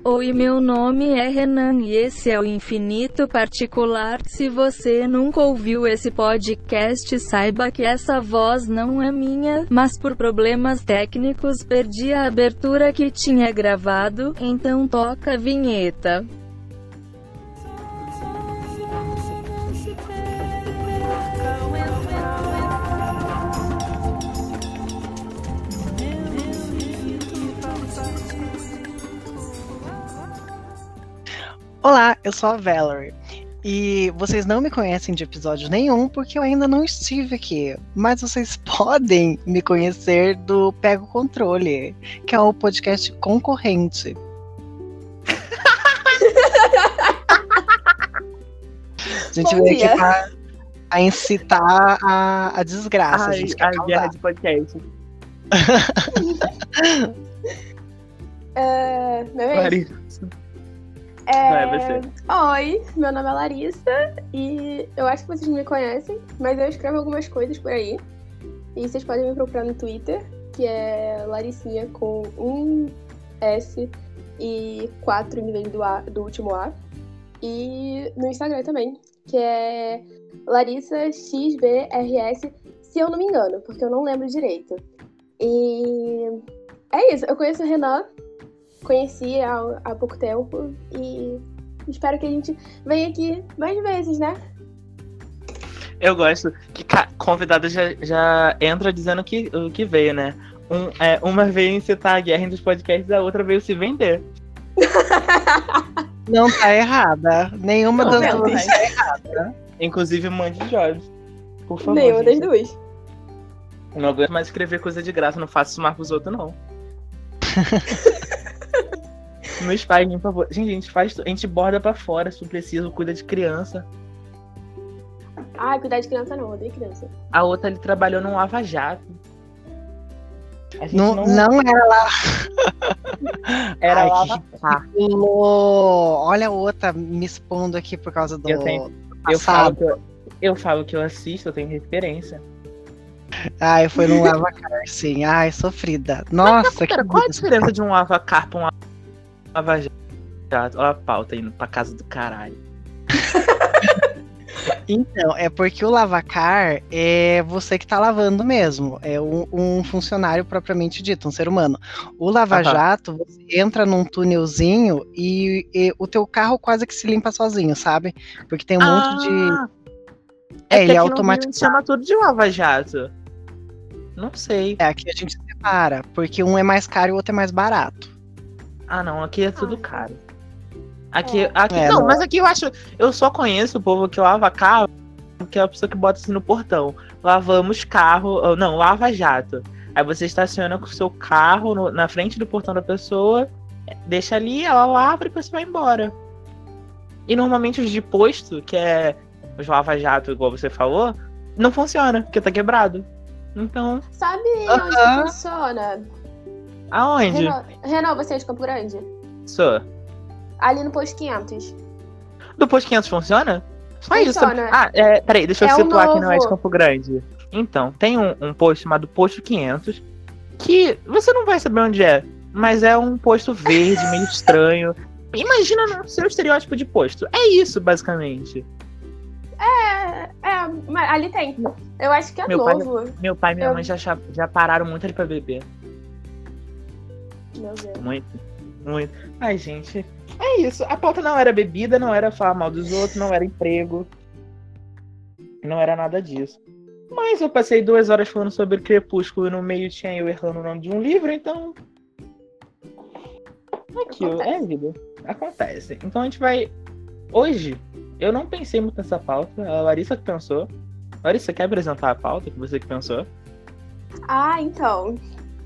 Oi, meu nome é Renan e esse é o Infinito Particular. Se você nunca ouviu esse podcast, saiba que essa voz não é minha, mas por problemas técnicos perdi a abertura que tinha gravado, então toca a vinheta. Olá, eu sou a Valerie e vocês não me conhecem de episódio nenhum porque eu ainda não estive aqui, mas vocês podem me conhecer do Pega o Controle, que é o podcast concorrente. A gente veio aqui pra incitar a desgraça. A guerra de podcast. Larissa. Oi, meu nome é Larissa e eu acho que vocês me conhecem, mas eu escrevo algumas coisas por aí. E vocês podem me procurar no Twitter, que é Larissinha com um S e 4 em vez do último A. E no Instagram também, que é LarissaXBRS, se eu não me engano, porque eu não lembro direito. E é isso, eu conheço o Renan. Conheci há pouco tempo e espero que a gente venha aqui mais vezes, né? Eu gosto que convidada já entra dizendo que veio, né? Uma veio incitar a guerra entre os podcasts, a outra veio se vender. Não tá errada. Nenhuma das duas tá errada. Inclusive, mande jobs. Por favor. Nenhuma das duas. Não aguento mais escrever coisa de graça, não faço somar pros outros, não. Meus pais, por favor. Gente, a gente borda pra fora se preciso, cuida de criança. Ah, cuidar de criança não, odeio criança. A outra ali trabalhou num lava-jato. Não era lá. Era lava-jato. Olha a outra me expondo aqui por causa do Eu falo que eu assisto, eu tenho referência. Ai, foi num lava-car, sim. Ai, sofrida. Nossa, que qual a diferença de um lava-car pra um lava-jato? Olha a pauta indo pra casa do caralho. Então, é porque o lavacar é você que tá lavando mesmo. É um funcionário propriamente dito, um ser humano. O lava-jato, você entra num túnelzinho e o teu carro quase que se limpa sozinho, sabe? Porque tem um monte de... ele é automatizado. Chama tudo de lava-jato. Não sei. Aqui a gente separa, porque um é mais caro e o outro é mais barato. Ah, não, aqui é tudo caro. Aqui não, mas aqui eu só conheço o povo que lava carro, que é a pessoa que bota assim no portão. Lavamos carro, não, lava-jato. Aí você estaciona com o seu carro na frente do portão da pessoa, deixa ali, ela lava e depois você vai embora. E normalmente os de posto, que é os lava-jato, igual você falou, não funciona, porque tá quebrado. Então... Sabe onde que funciona? Aonde? Renan, você é de Campo Grande? Sou. Ali no Posto 500. Do Posto 500 funciona? Só funciona. Isso. Peraí, deixa eu situar novo. que não é de Campo Grande. Então, tem um posto chamado Posto 500, que você não vai saber onde é, mas é um posto verde, meio estranho. Imagina no seu estereótipo de posto. É isso, basicamente. Mas ali tem. Eu acho que é novo. Meu pai e minha mãe já pararam muito ali pra beber. Meu Deus. Muito. Ai, gente. É isso. A pauta não era bebida, não era falar mal dos outros, não era emprego. Não era nada disso. Mas eu passei 2 horas falando sobre Crepúsculo e no meio tinha eu errando o nome de um livro, então... Aquilo, é vida. Acontece. Então a gente vai... Hoje, eu não pensei muito nessa pauta. A Larissa que pensou. Larissa, quer apresentar a pauta que você que pensou? Então...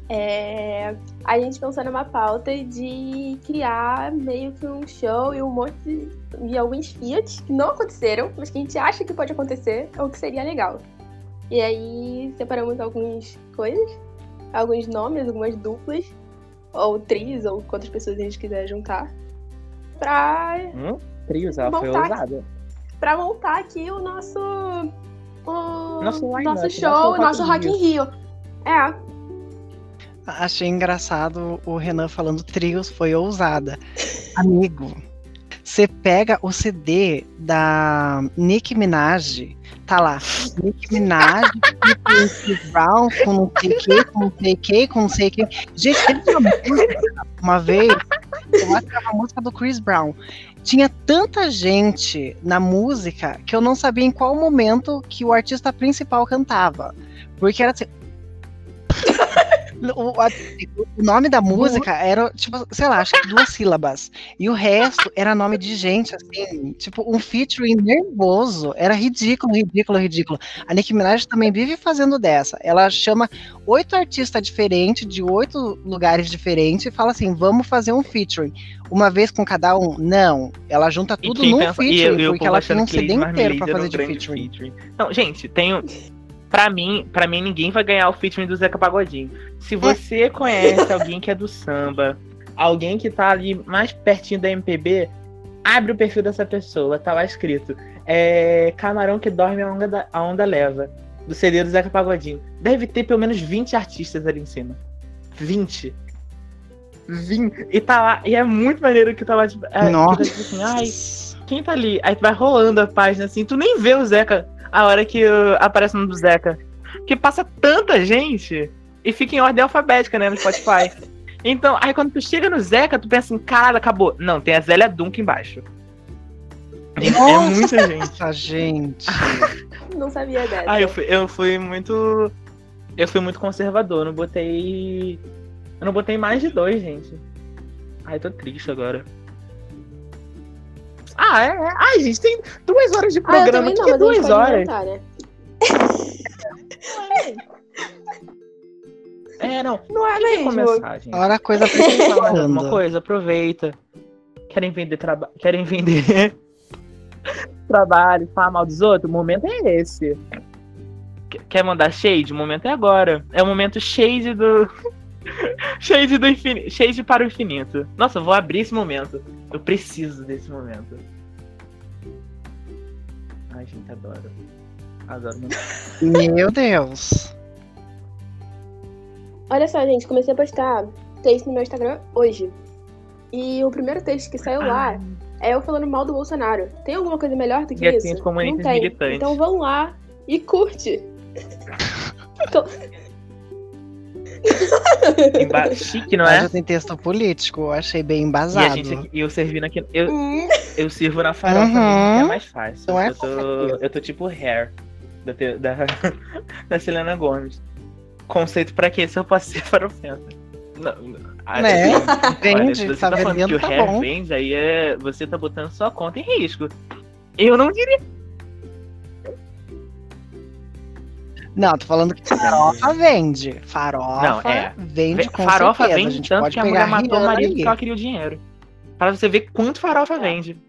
a gente pensou numa pauta de criar meio que um show e um monte de alguns fiat que não aconteceram, mas que a gente acha que pode acontecer ou que seria legal. E aí separamos algumas coisas, alguns nomes, algumas duplas, ou trios, ou quantas pessoas a gente quiser juntar, pra trios, ela foi ousada. Pra montar aqui o nosso show, o nosso Rock in Rio. Achei engraçado o Renan falando trios, foi ousada. Amigo, você pega o CD da Nicki Minaj, tá lá, Nicki Minaj, com Chris Brown, com não sei o que, com não sei o que, com não sei o que. Gente, teve uma vez, eu acho que era uma música do Chris Brown. Tinha tanta gente na música que eu não sabia em qual momento que o artista principal cantava. Porque era assim. O nome da música era, tipo, sei lá, acho que 2 sílabas. E o resto era nome de gente, assim, tipo, um featuring nervoso. Era ridículo, ridículo, ridículo. A Nicki Minaj também vive fazendo dessa. Ela chama 8 artistas diferentes, de 8 lugares diferentes, e fala assim, vamos fazer um featuring. Uma vez com cada um? Não. Ela junta tudo num featuring, porque ela tem um CD inteiro pra fazer de featuring. Não, gente, Pra mim, ninguém vai ganhar o featuring do Zeca Pagodinho. Se você conhece alguém que é do samba, alguém que tá ali mais pertinho da MPB, abre o perfil dessa pessoa, tá lá escrito. Camarão que dorme, a onda leva. Do CD do Zeca Pagodinho. Deve ter pelo menos 20 artistas ali em cima. 20. E tá lá, e é muito maneiro que tá lá, tipo, nossa. Tipo assim, ai, quem tá ali? Aí tu vai rolando a página assim, tu nem vê o Zeca a hora que aparece o nome do Zeca. Porque passa tanta gente e fica em ordem alfabética, né, no Spotify. Então, aí quando tu chega no Zeca, tu pensa assim, caralho, acabou. Não, tem a Zélia Duncan embaixo. É muita gente. Não sabia dessa. Ah, eu fui muito conservador, eu não botei mais de 2, gente. Ai, tô triste agora. Ai, gente, tem 2 horas de programa. Não, que é 2 horas? Inventar, né? Não. Não é mesmo. Começar, gente. Agora a coisa principal. Uma coisa, aproveita. Querem vender trabalho, falar mal dos outros? O momento é esse. Quer mandar shade? O momento é agora. É o momento shade do... shade do infinito. Shade para o infinito. Nossa, eu vou abrir esse momento. Eu preciso desse momento. Ai, gente, adoro. Adoro muito. Meu Deus. Olha só, gente, comecei a postar texto no meu Instagram hoje. E o primeiro texto que saiu lá é eu falando mal do Bolsonaro. Tem alguma coisa melhor do que e isso? Assim, não tem. Militantes. Então vão lá e curte. Chique, não é? Mas já tem texto político, eu achei bem embasado. E eu servindo aqui. Eu sirvo na farofa mesmo, que é mais fácil. Não é eu tô tipo hair da Selena Gomez. Conceito pra quê? Se eu posso ser farofenta. Né? Olha, Vende, se você tá falando vendendo, que o tá hair bom. vende, aí você tá botando sua conta em risco. Eu não diria. Não, tô falando que farofa vende. Farofa Não, vende com farofa certeza. vende A gente tanto pode que a pegar mulher matou o Rihanna marido aí. porque ela queria o dinheiro. Pra você ver quanto farofa vende.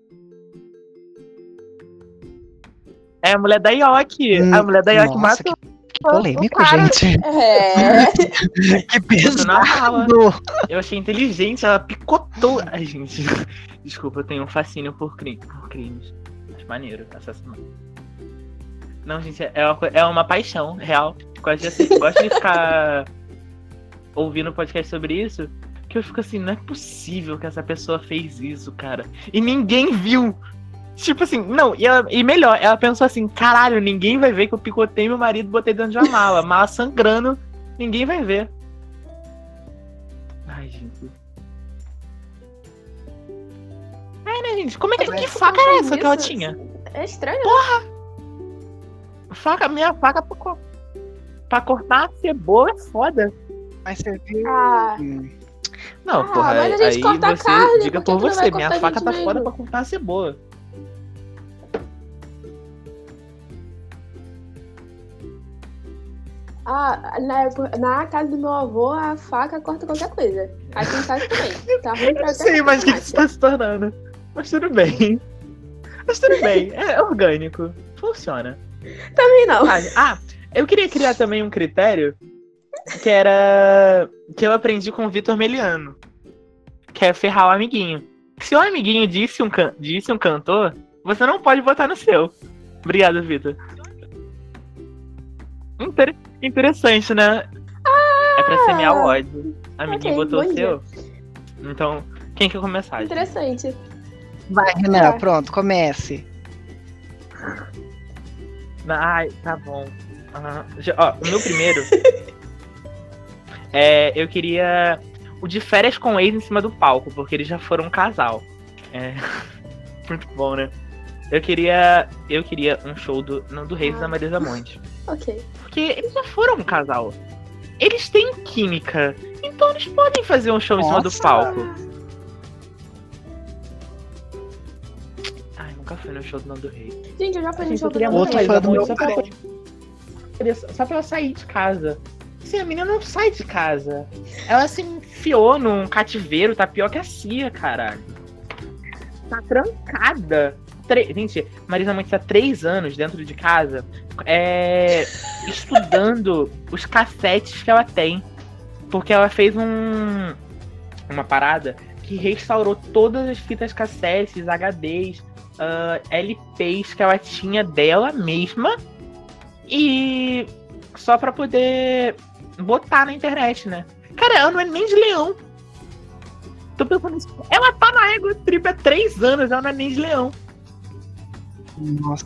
É a mulher da Ioki. A mulher da Ioki nossa, matou. Que polêmico, Cara, gente. na Que pesado. Eu achei inteligente, ela picotou. Ai, gente. Desculpa, eu tenho um fascínio por crimes. Acho maneiro, assassinato. Não, gente, é uma paixão real. Gosto de ficar ouvindo podcast sobre isso. Que eu fico assim, não é possível que essa pessoa fez isso, cara. E ninguém viu. Tipo assim, não, e melhor, ela pensou assim, caralho, ninguém vai ver que eu picotei meu marido e botei dentro de uma mala sangrando, ninguém vai ver. Ai, gente. Né, gente? Como é que faca era essa que ela tinha? É estranho. Porra! Minha faca pra cortar a cebola é foda. Mas você viu. Não, porra, mas a gente aí corta a você carne, diga por que por que não vai você, minha cortar a faca gente tá mesmo? foda pra cortar a cebola. Na casa do meu avô, a faca corta qualquer coisa. Aqui em casa também. Tá ruim pra Eu sei, mas o que você tá se tornando? Mas tudo bem. É orgânico. Funciona. Também não. Eu queria criar também um critério que era que eu aprendi com o Vitor Meliano, que é ferrar o amiguinho. Se o amiguinho disse um cantor, você não pode votar no seu. Obrigado, Vitor. Interessante, né? É pra semear o ódio. Amiguinho botou o seu. Então, Quem quer começar? Gente? Interessante. Vai, Renan, pronto, comece. Ai, tá bom. Ó, o meu primeiro... eu queria o de Férias com Ex em cima do palco, porque eles já foram um casal. Muito bom, né? Eu queria um show do Reis da Marisa Monte. Ok. Porque eles já foram um casal. Eles têm química. Então eles podem fazer um show em cima do palco. Ai, nunca fui no show do Nando Reis. Gente, eu já fui no show do Nando Reis. Só pra ela sair de casa. Assim, a menina não sai de casa. Ela se enfiou num cativeiro, tá pior que a Cia, caralho. Tá trancada. Gente, Marisa Monte tá 3 anos dentro de casa estudando os cassetes que ela tem. Porque ela fez uma parada que restaurou todas as fitas cassetes, HDs, LPs que ela tinha dela mesma. E só pra poder botar na internet, né? Cara, ela não é nem de Leão. Tô pensando nisso. Ela tá na Ego Trip há 3 anos, ela não é nem de Leão. Nossa.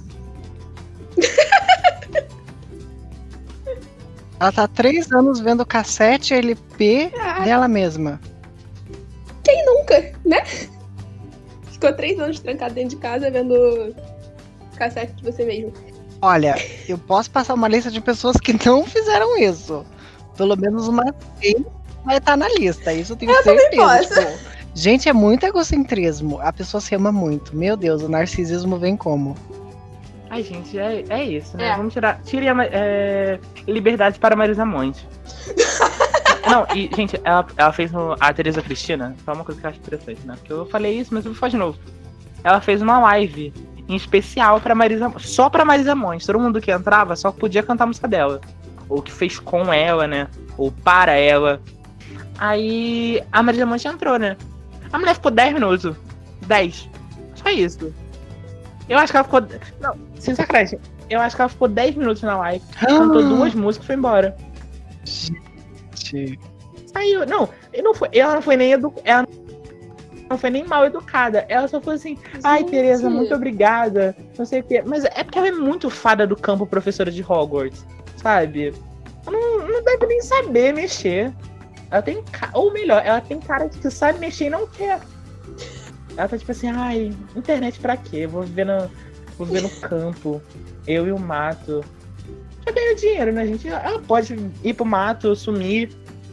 Ela tá 3 anos vendo cassete LP dela mesma. Quem nunca, né? Ficou 3 anos trancado dentro de casa vendo cassete de você mesmo. Olha, eu posso passar uma lista de pessoas que não fizeram isso. Pelo menos uma 100 vai estar na lista. Isso eu tenho certeza. Tipo, gente, é muito egocentrismo. A pessoa se ama muito. Meu Deus, o narcisismo vem como? Ai, gente, é isso, né? Vamos tirar. Tire a liberdade para Marisa Monte. Não, e, gente, ela fez a Tereza Cristina. Só uma coisa que eu acho interessante, né? Porque eu falei isso, mas eu vou falar de novo. Ela fez uma live em especial pra Marisa, só pra Marisa Monte. Todo mundo que entrava só podia cantar a música dela. Ou que fez com ela, né? Ou para ela. Aí a Marisa Monte entrou, né? A mulher ficou 10 minutos. 10. Só isso. Eu acho que ela ficou... Não, sem sacanagem. Eu acho que ela ficou 10 minutos na live. Cantou 2 músicas e foi embora. Gente. Saiu. Não, ela não foi nem ela não foi nem mal educada. Ela só foi assim, ai, Tereza, muito obrigada. Não sei o quê. Mas é porque ela é muito fada do campo professora de Hogwarts. Sabe? Ela não deve nem saber mexer. Ela tem ou melhor, ela tem cara de que sabe mexer e não quer. Ela tá tipo assim, ai, internet pra quê? Vou viver no campo. Eu e o mato. Já ganhou dinheiro, né, gente? Ela pode ir pro mato, sumir.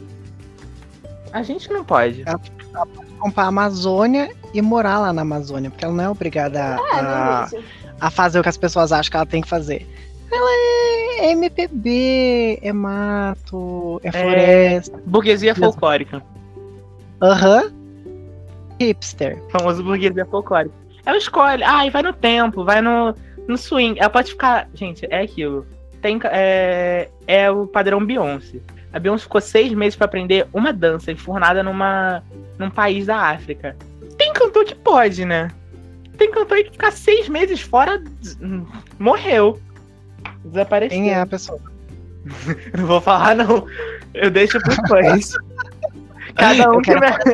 A gente não pode. Ela pode comprar a Amazônia e morar lá na Amazônia, porque ela não é obrigada a fazer o que as pessoas acham que ela tem que fazer. Ela é MPB, é mato, é floresta. Burguesia folclórica. Hipster. Famoso burguesia folclórica. Ela escolhe, vai no tempo, vai no swing. Ela pode ficar. Gente, é aquilo. É o padrão Beyoncé. A Beyoncé ficou 6 meses pra aprender uma dança enfurnada num país da África. Tem cantor que pode, né? Tem cantor que ficar 6 meses fora, morreu. Desapareceu. Quem é a pessoa? Não vou falar, não. Eu deixo pros fãs. Cada um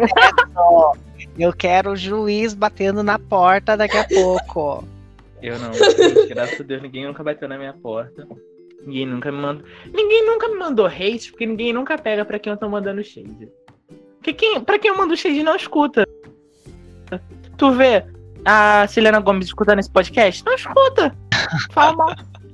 Eu quero o juiz batendo na porta daqui a pouco. Eu não. Gente, graças a Deus, ninguém nunca bateu na minha porta. Ninguém nunca me mandou hate, porque ninguém nunca pega pra quem eu tô mandando shade. Porque pra quem eu mando shade não escuta. Tu vê a Selena Gomez escutando esse podcast? Não escuta. Fala mal.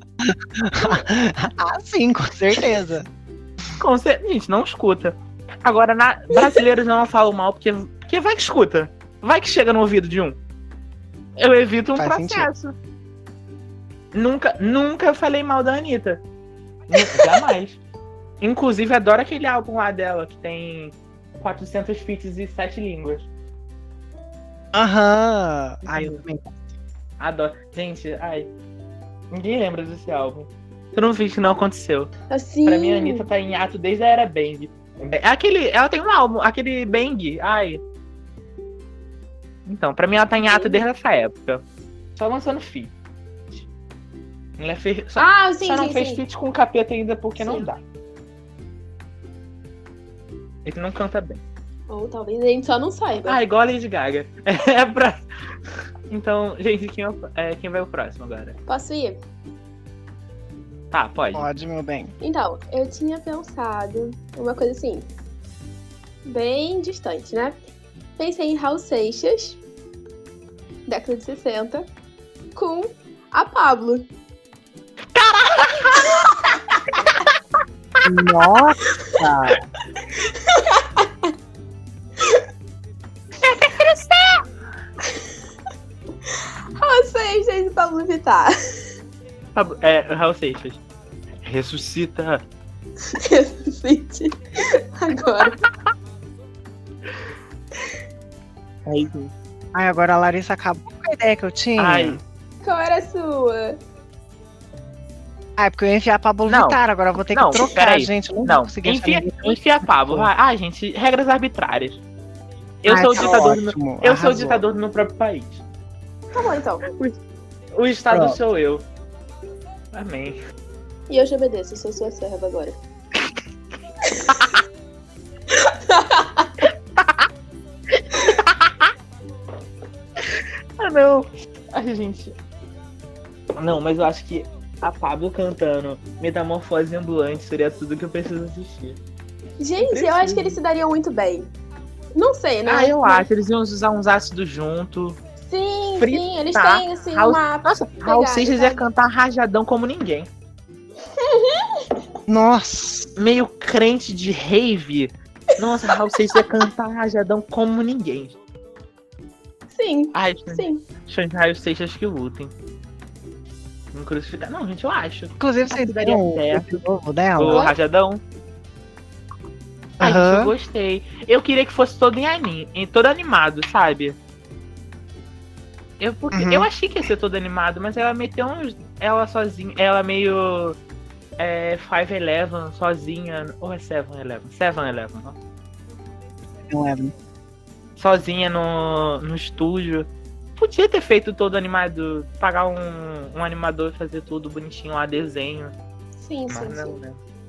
Sim, com certeza. Gente, não escuta. Agora, brasileiros não falam mal, porque vai que escuta. Vai que chega no ouvido de um. Eu evito um processo. Nunca eu falei mal da Anitta. Jamais. Inclusive, adoro aquele álbum lá dela, que tem 400 feats e 7 línguas. Ai, eu também. Adoro. Gente, ninguém lembra desse álbum. Tu não viu que não aconteceu. Assim... Pra mim, a Anitta tá em ato desde a era Bang. Ela tem um álbum, aquele Bang. Então, pra mim ela tá em ato desde essa época. Só lançando feat. Ela não fez feat com o Capeta ainda porque não dá. Ele não canta bem. Ou talvez a gente só não saiba. Ah, igual a Lady Gaga. É pra... Então, gente, quem vai o próximo agora? Posso ir? Tá, pode. Pode, meu bem. Então, eu tinha pensado uma coisa assim, bem distante, né? Pensei em Raul Seixas, década de 60, com a Pablo. Nossa! Raul Seixas e Pablo Vittar. Raul Seixas. Ressuscita. Ressuscite agora. Aí, Ai, agora a Larissa acabou com a ideia que eu tinha. ai, Qual era a sua? Ah, é porque eu ia enfiar a Pablo Não. Vittar, agora eu vou ter que Não, trocar, peraí. gente. Eu não, não, vou conseguir achar enfia, ninguém. enfia a Pablo. Vai. Ah, gente, regras arbitrárias. Eu Ai, sou o tá ditador ótimo, eu sou o arrasou. ditador do meu próprio país. Tá bom, então. O Estado Pronto. sou eu. Amém. E eu te obedeço, eu sou sua serva agora. Ah, não. Ai, gente. Não, mas eu acho que a Pablo cantando Metamorfose Ambulante seria tudo que eu preciso assistir. Gente, eu acho que eles se dariam muito bem. Não sei, né? Ah, eu acho. Eles iam usar uns ácidos junto. Sim, Frita. sim, eles têm, assim, Raul- uma... Nossa, Raul pegada, Seixas ia sabe? cantar rajadão como ninguém. Nossa! Meio crente de rave. Nossa, Raul Seixas ia cantar rajadão como ninguém. Sim, Ai, sim. Xande Raul Seixas que lutem. Não crucificar. Não, gente, eu acho. Inclusive, vocês daria viram o certo. clipe novo O dela? rajadão. Ai, gente, Aham. eu gostei. Eu queria que fosse todo todo animado, sabe? Uhum. Eu achei que ia ser todo animado, mas ela meteu ela sozinha, ela meio 5-11 sozinha, ou é 7-11? 7-11, ó. Não lembro. Sozinha no estúdio. Podia ter feito todo animado, pagar um animador e fazer tudo bonitinho lá, desenho. Sim, Mas sim, não, sim. né?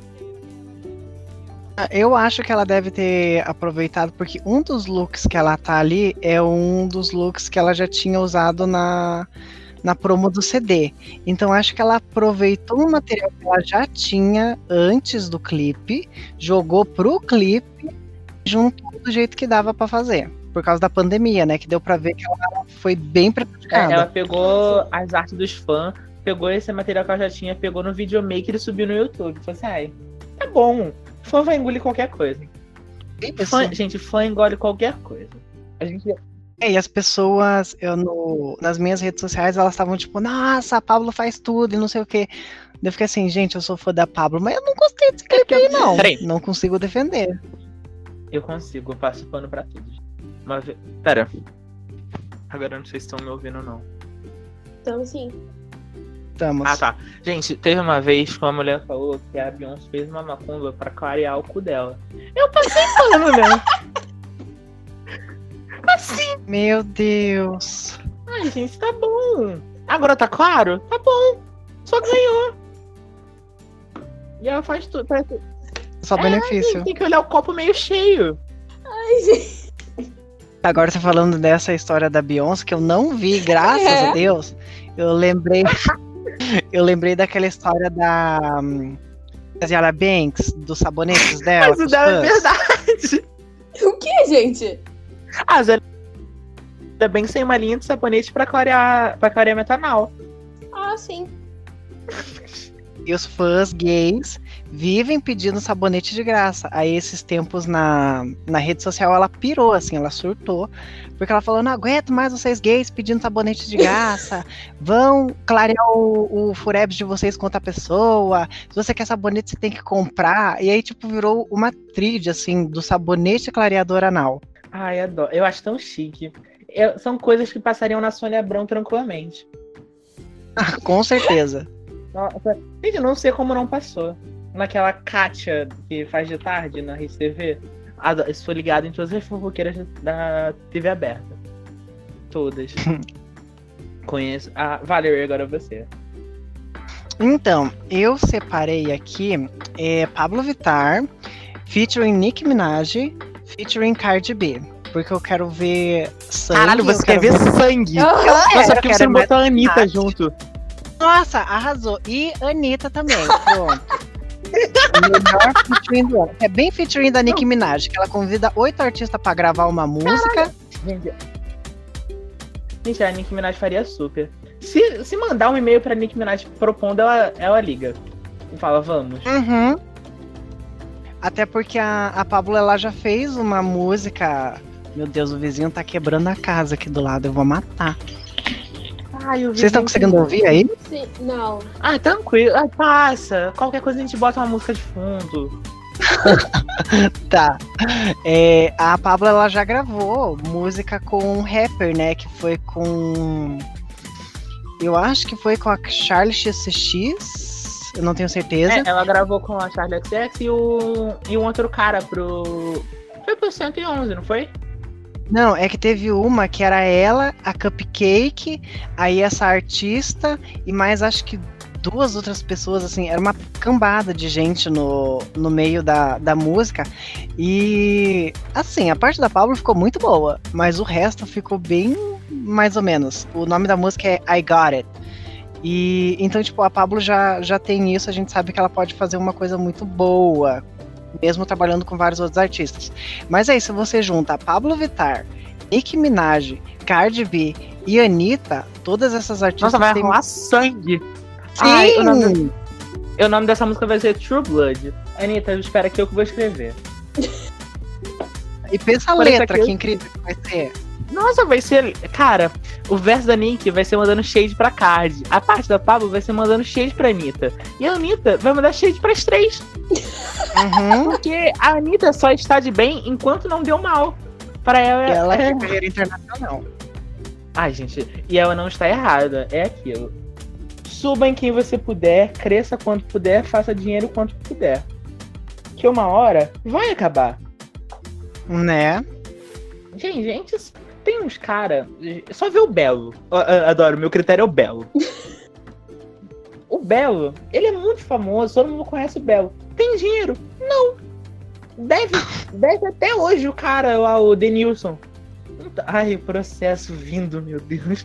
Eu acho que ela deve ter aproveitado, porque um dos looks que ela tá ali é um dos looks que ela já tinha usado na promo do CD. Então acho que ela aproveitou um material que ela já tinha antes do clipe, jogou pro clipe e juntou do jeito que dava pra fazer. Por causa da pandemia, né? Que deu pra ver que ela foi bem prejudicada. Ela pegou as artes dos fãs, pegou esse material que ela já tinha, pegou no videomaker e subiu no YouTube. Falou assim, ai, tá bom. Fã vai engolir qualquer coisa. Gente, fã engole qualquer coisa. A gente... E as pessoas, nas minhas redes sociais, elas estavam tipo, nossa, a Pablo faz tudo e não sei o quê. Eu fiquei assim, gente, eu sou fã da Pablo, mas eu não gostei desse clipe aí, não. Peraí. Não consigo defender. Eu consigo, eu passo pano pra tudo. Mas, pera. Agora eu não sei se estão me ouvindo ou não. Então, sim. Estamos. Ah, tá. Gente, teve uma vez que uma mulher falou que a Beyoncé fez uma macumba pra clarear o cu dela. Eu passei pano, né? Assim. Meu Deus. Ai, gente, tá bom. Agora tá claro? Tá bom. Só ganhou. E ela faz tudo. Só benefício. Tem que olhar o copo meio cheio. Ai, gente. Agora você falando dessa história da Beyoncé, que eu não vi, graças a Deus, eu lembrei daquela história da Yara Banks, dos sabonetes dela. Mas o dela é verdade. O que, gente? Ah, ainda bem que tem uma linha de sabonete pra clarear metanol. Ah, sim. E os fãs gays vivem pedindo sabonete de graça. Aí esses tempos na rede social ela pirou, assim, ela surtou. Porque ela falou, não aguento mais vocês gays pedindo sabonete de graça. Vão clarear o furebs de vocês com outra pessoa. Se você quer sabonete, você tem que comprar. E aí, tipo, virou uma tríade, assim, do sabonete clareador anal. Ai, adoro. Eu acho tão chique. São coisas que passariam na Sônia Abrão tranquilamente. Com certeza. Nossa, gente, eu não sei como não passou. Naquela Kátia que faz de tarde na Rede TV. Estou ligado em todas as fofoqueiras da TV aberta. Todas. Conheço. Ah, Valerie, agora você. Então, eu separei aqui Pablo Vittar, featuring Nicki Minaj, featuring Cardi B. Porque eu quero ver sangue. Caralho, você quer ver sangue? Nossa, porque você não botou a Anitta junto. Nossa, arrasou. E Anitta também, pronto. Melhor featuring do ano. É bem featuring da Nicki Minaj, que ela convida 8 artistas pra gravar uma música. Gente, a Nicki Minaj faria super. Se mandar um e-mail pra Nicki Minaj propondo, ela liga. E fala, vamos. Uhum. Até porque a Pablo, ela já fez uma música... Meu Deus, o vizinho tá quebrando a casa aqui do lado, eu vou matar. Vocês estão conseguindo ouvir aí? Sim, não. Ah, tranquilo. Ah, passa. Qualquer coisa a gente bota uma música de fundo. Tá. A Pablo, ela já gravou música com um rapper, né? Que foi com... Eu acho que foi com a Charli XCX. Eu não tenho certeza. Ela gravou com a Charli XCX e um outro cara pro... Foi pro 111, não foi? Não, é que teve uma que era ela, a Cupcake, aí essa artista e mais acho que 2 outras pessoas, assim, era uma cambada de gente no meio da música. E, assim, a parte da Pablo ficou muito boa, mas o resto ficou bem mais ou menos. O nome da música é I Got It. E, então, tipo, a Pablo já tem isso, a gente sabe que ela pode fazer uma coisa muito boa, mesmo trabalhando com vários outros artistas. Mas aí, se você junta a Pablo Vittar, Nicki Minaj, Cardi B e Anitta, todas essas artistas... Nossa, vai rolar sangue! Sim! Ai, o nome dessa música vai ser True Blood. Anitta, espera que eu que vou escrever. E pensa a letra, que incrível que vai ser. Nossa, vai ser... Cara, o verso da Nicki vai ser mandando shade pra Cardi. A parte da Pablo vai ser mandando shade pra Anitta. E a Anitta vai mandar shade pras 3. Uhum. Porque a Anitta só está de bem enquanto não deu mal. Pra ela é carreira internacional. Ai, gente, e ela não está errada. É aquilo. Suba em quem você puder, cresça quanto puder, faça dinheiro quanto puder. Que uma hora vai acabar. Né? Gente, tem uns caras... Só vê o Belo. Adoro, meu critério é o Belo. O Belo, ele é muito famoso, todo mundo conhece o Belo. Tem dinheiro? Não. Deve até hoje o cara lá, o Denilson. Ai, o processo vindo, meu Deus.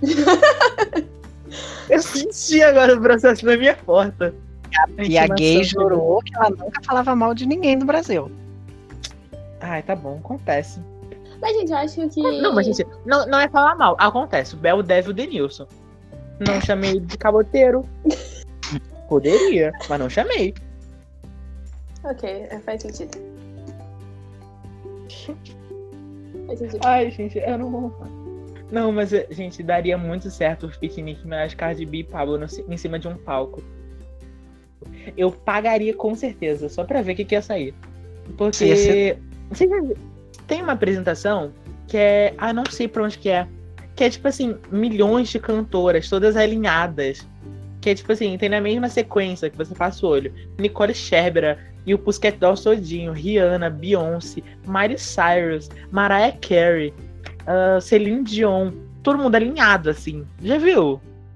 Eu senti agora o processo na minha porta. E a gay jurou que ela nunca falava mal de ninguém no Brasil. Ai, tá bom, acontece. Mas, gente, eu acho que... Não, mas, gente, não é falar mal. Acontece, o Belo deve o Denilson. Não chamei de caboteiro. Poderia, mas não chamei. Ok, faz sentido. Faz sentido. Ai, gente, eu não vou... Não, mas, gente, daria muito certo o piquenique Minaj, Cardi B e Pablo em cima de um palco. Eu pagaria com certeza, só pra ver o que ia sair. Porque... Tem uma apresentação que é... Ah, não sei pra onde que é. Que é, tipo assim, milhões de cantoras, todas alinhadas. Que é, tipo assim, tem na mesma sequência que você passa o olho. Nicole Scherzinger e o Pussycat Dolls todinho. Rihanna, Beyoncé, Miley Cyrus, Mariah Carey, Celine Dion. Todo mundo alinhado, assim. Já viu?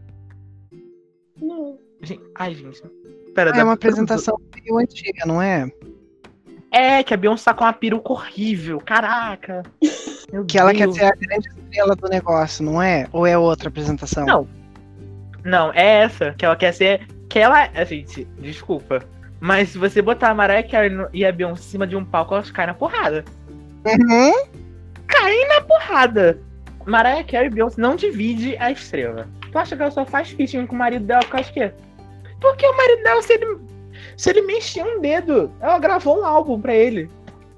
Não. Ai, gente. Pera, É uma apresentação meio antiga, não é? É, que a Beyoncé tá com uma peruca horrível. Caraca. Que ela quer ser a grande estrela do negócio, não é? Ou é outra apresentação? Não, é essa. Que ela quer ser... Que ela... Gente, desculpa. Mas se você botar a Mariah Carey e a Beyoncé em cima de um palco, elas caem na porrada. Uhum. Caem na porrada. Mariah Carey e Beyoncé não divide a estrela. Tu acha que ela só faz featuring com o marido dela por causa de quê? Porque o marido dela, se ele mexer um dedo, ela gravou um álbum pra ele.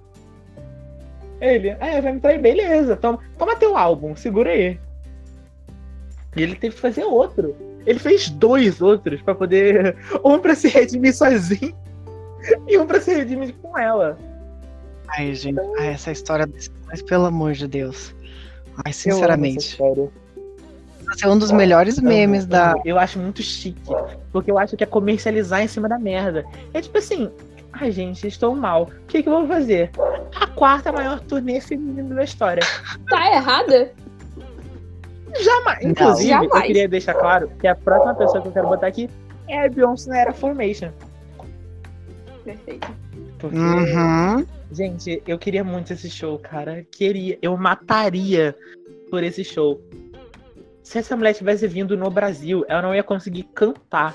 Ele, vai me trair, beleza. Toma teu álbum, segura aí. E ele teve que fazer outro. Ele fez 2 outros pra poder... Um pra se redimir sozinho e um pra se redimir com ela. Ai, gente, essa história desse... Mas pelo amor de Deus. Ai, sinceramente. Esse é um dos melhores memes da... Eu acho muito chique. Porque eu acho que é comercializar em cima da merda. É tipo assim... Ai, gente, estou mal. O que eu vou fazer? A 4ª maior turnê feminina da história. Tá errada? Jamais. Inclusive, eu queria deixar claro que a próxima pessoa que eu quero botar aqui é a Beyoncé na era Formation. Perfeito. Porque, Uhum. gente, eu queria muito esse show, cara. Eu mataria por esse show. Se essa mulher tivesse vindo no Brasil, ela não ia conseguir cantar.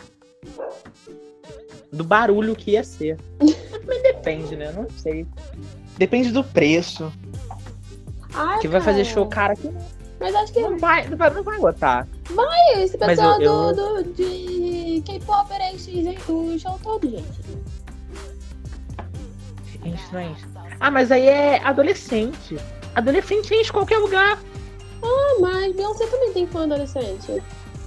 Do barulho que ia ser. Mas depende, né? Não sei. Depende do preço. Ai, Que vai cara. fazer show, cara, que Mas acho que não vai botar. esse Mas pessoal eu- de K-pop enche o show todo, gente. Enche, não enche. Ah, mas aí é adolescente. Adolescente enche qualquer lugar. Ah, mas Beyoncé também tem fã adolescente.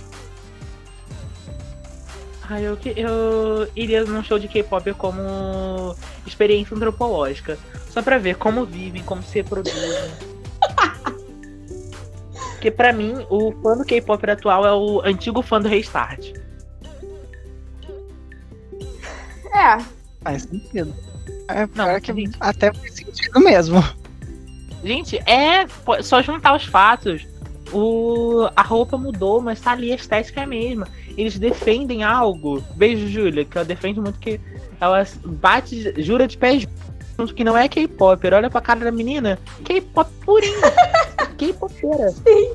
Ah, eu iria num show de K-pop como experiência antropológica. Só pra ver como vivem, como se reproduzem. Porque pra mim, o fã do K-pop atual é o antigo fã do Restart. É, Faz sentido. É Não, pior que gente. até faz sentido mesmo. Gente, só juntar os fatos. A roupa mudou, mas tá ali, a estética é a mesma. Eles defendem algo. Beijo, Júlia, que ela defende muito que ela jura de pé junto que não é K-pop. Olha pra cara da menina, K-pop purinho. K-popeira.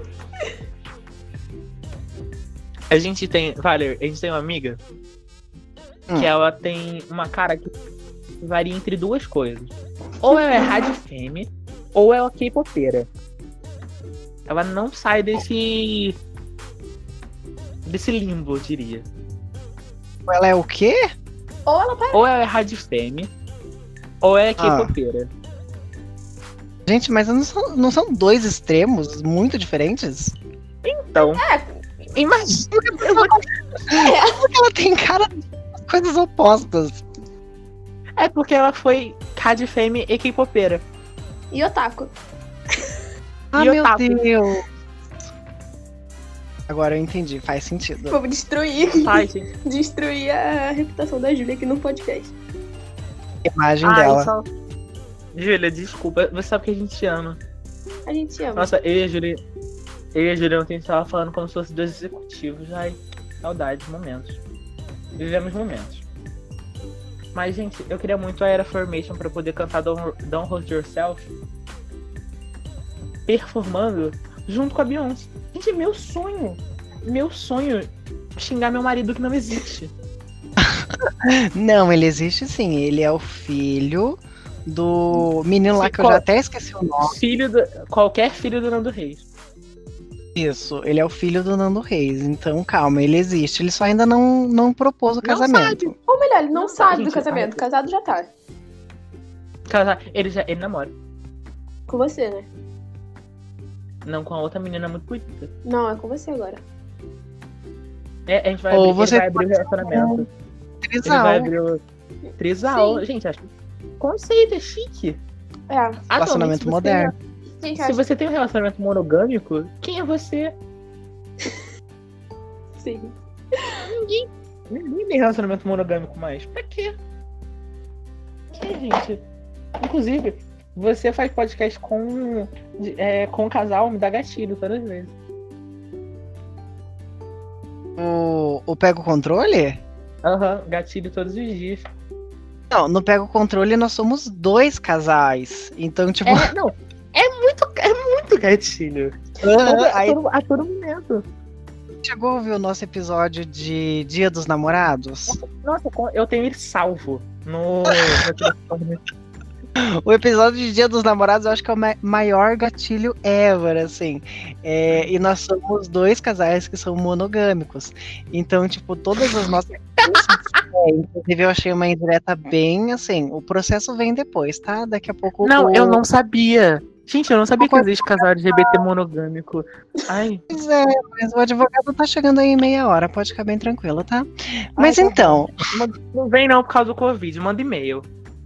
A gente tem uma amiga que ela tem uma cara que varia entre duas coisas. Ou ela é rádio femme, ou ela é K-popeira. Ela não sai desse limbo, eu diria. Ela é o quê? ou ela parece. Ou ela é rádio femme, ou ela é K-popeira. Gente, mas não são dois extremos muito diferentes? Então, imagina. Porque ela tem cara de coisas opostas. É porque ela foi rádio femme e K-popeira. E otaku. Ah, E meu otaku. Deus. Agora eu entendi, faz sentido. Vamos destruir. Ai, gente. Destruir a reputação da Júlia aqui no podcast. A imagem Ai, dela. só... Júlia, desculpa. Você sabe que a gente ama. A gente ama. Nossa, eu e a Júlia ontem a gente tava falando como se fosse dois executivos. Ai, saudades, momentos. Vivemos momentos. Mas, gente, eu queria muito a Era Formation pra poder cantar Don't Hold Yourself performando junto com a Beyoncé. Gente, meu sonho xingar meu marido que não existe. Não, ele existe sim. Ele é o filho do menino lá que eu já até esqueci o nome. Qualquer filho do Nando Reis. Isso, ele é o filho do Nando Reis. Então, calma, ele existe. Ele só ainda não propôs o casamento. Ou melhor, ele não Não, sabe gente, do casamento. Casado já tá. Ele namora. Com você, né? Não, com a outra menina muito bonita. Não, é com você agora. A gente vai Ou abrir, você ele vai abrir o relacionamento. Ele Trisal. vai abrir o trisal. Sim. Gente, acho que conceito é chique. É. Atualmente, Relacionamento se você- moderno. Gente, Se acho você tem um relacionamento monogâmico, quem é você? que sim. Ninguém tem relacionamento monogâmico mais. Pra quê? Que, gente? Inclusive, você faz podcast com um casal, me dá gatilho todas as vezes. O Pega o Controle? Aham, gatilho todos os dias. Não, no Pega o Controle nós somos dois casais. Então, tipo. É muito gatilho. Aí A todo momento. chegou a ouvir o nosso episódio de Dia dos Namorados? Nossa, eu tenho ele salvo no telefone. O episódio de Dia dos Namorados eu acho que é o maior gatilho ever, assim. E nós somos dois casais que são monogâmicos. Então, tipo, todas as nossas... inclusive eu achei uma indireta bem, assim, o processo vem depois, tá? Daqui a pouco... Não, eu não sabia. Gente, eu não sabia que existe casal LGBT monogâmico. Ai. Pois é, mas o advogado tá chegando aí em meia hora, pode ficar bem tranquilo, tá? Mas tá então... Não vem não por causa do Covid, manda e-mail.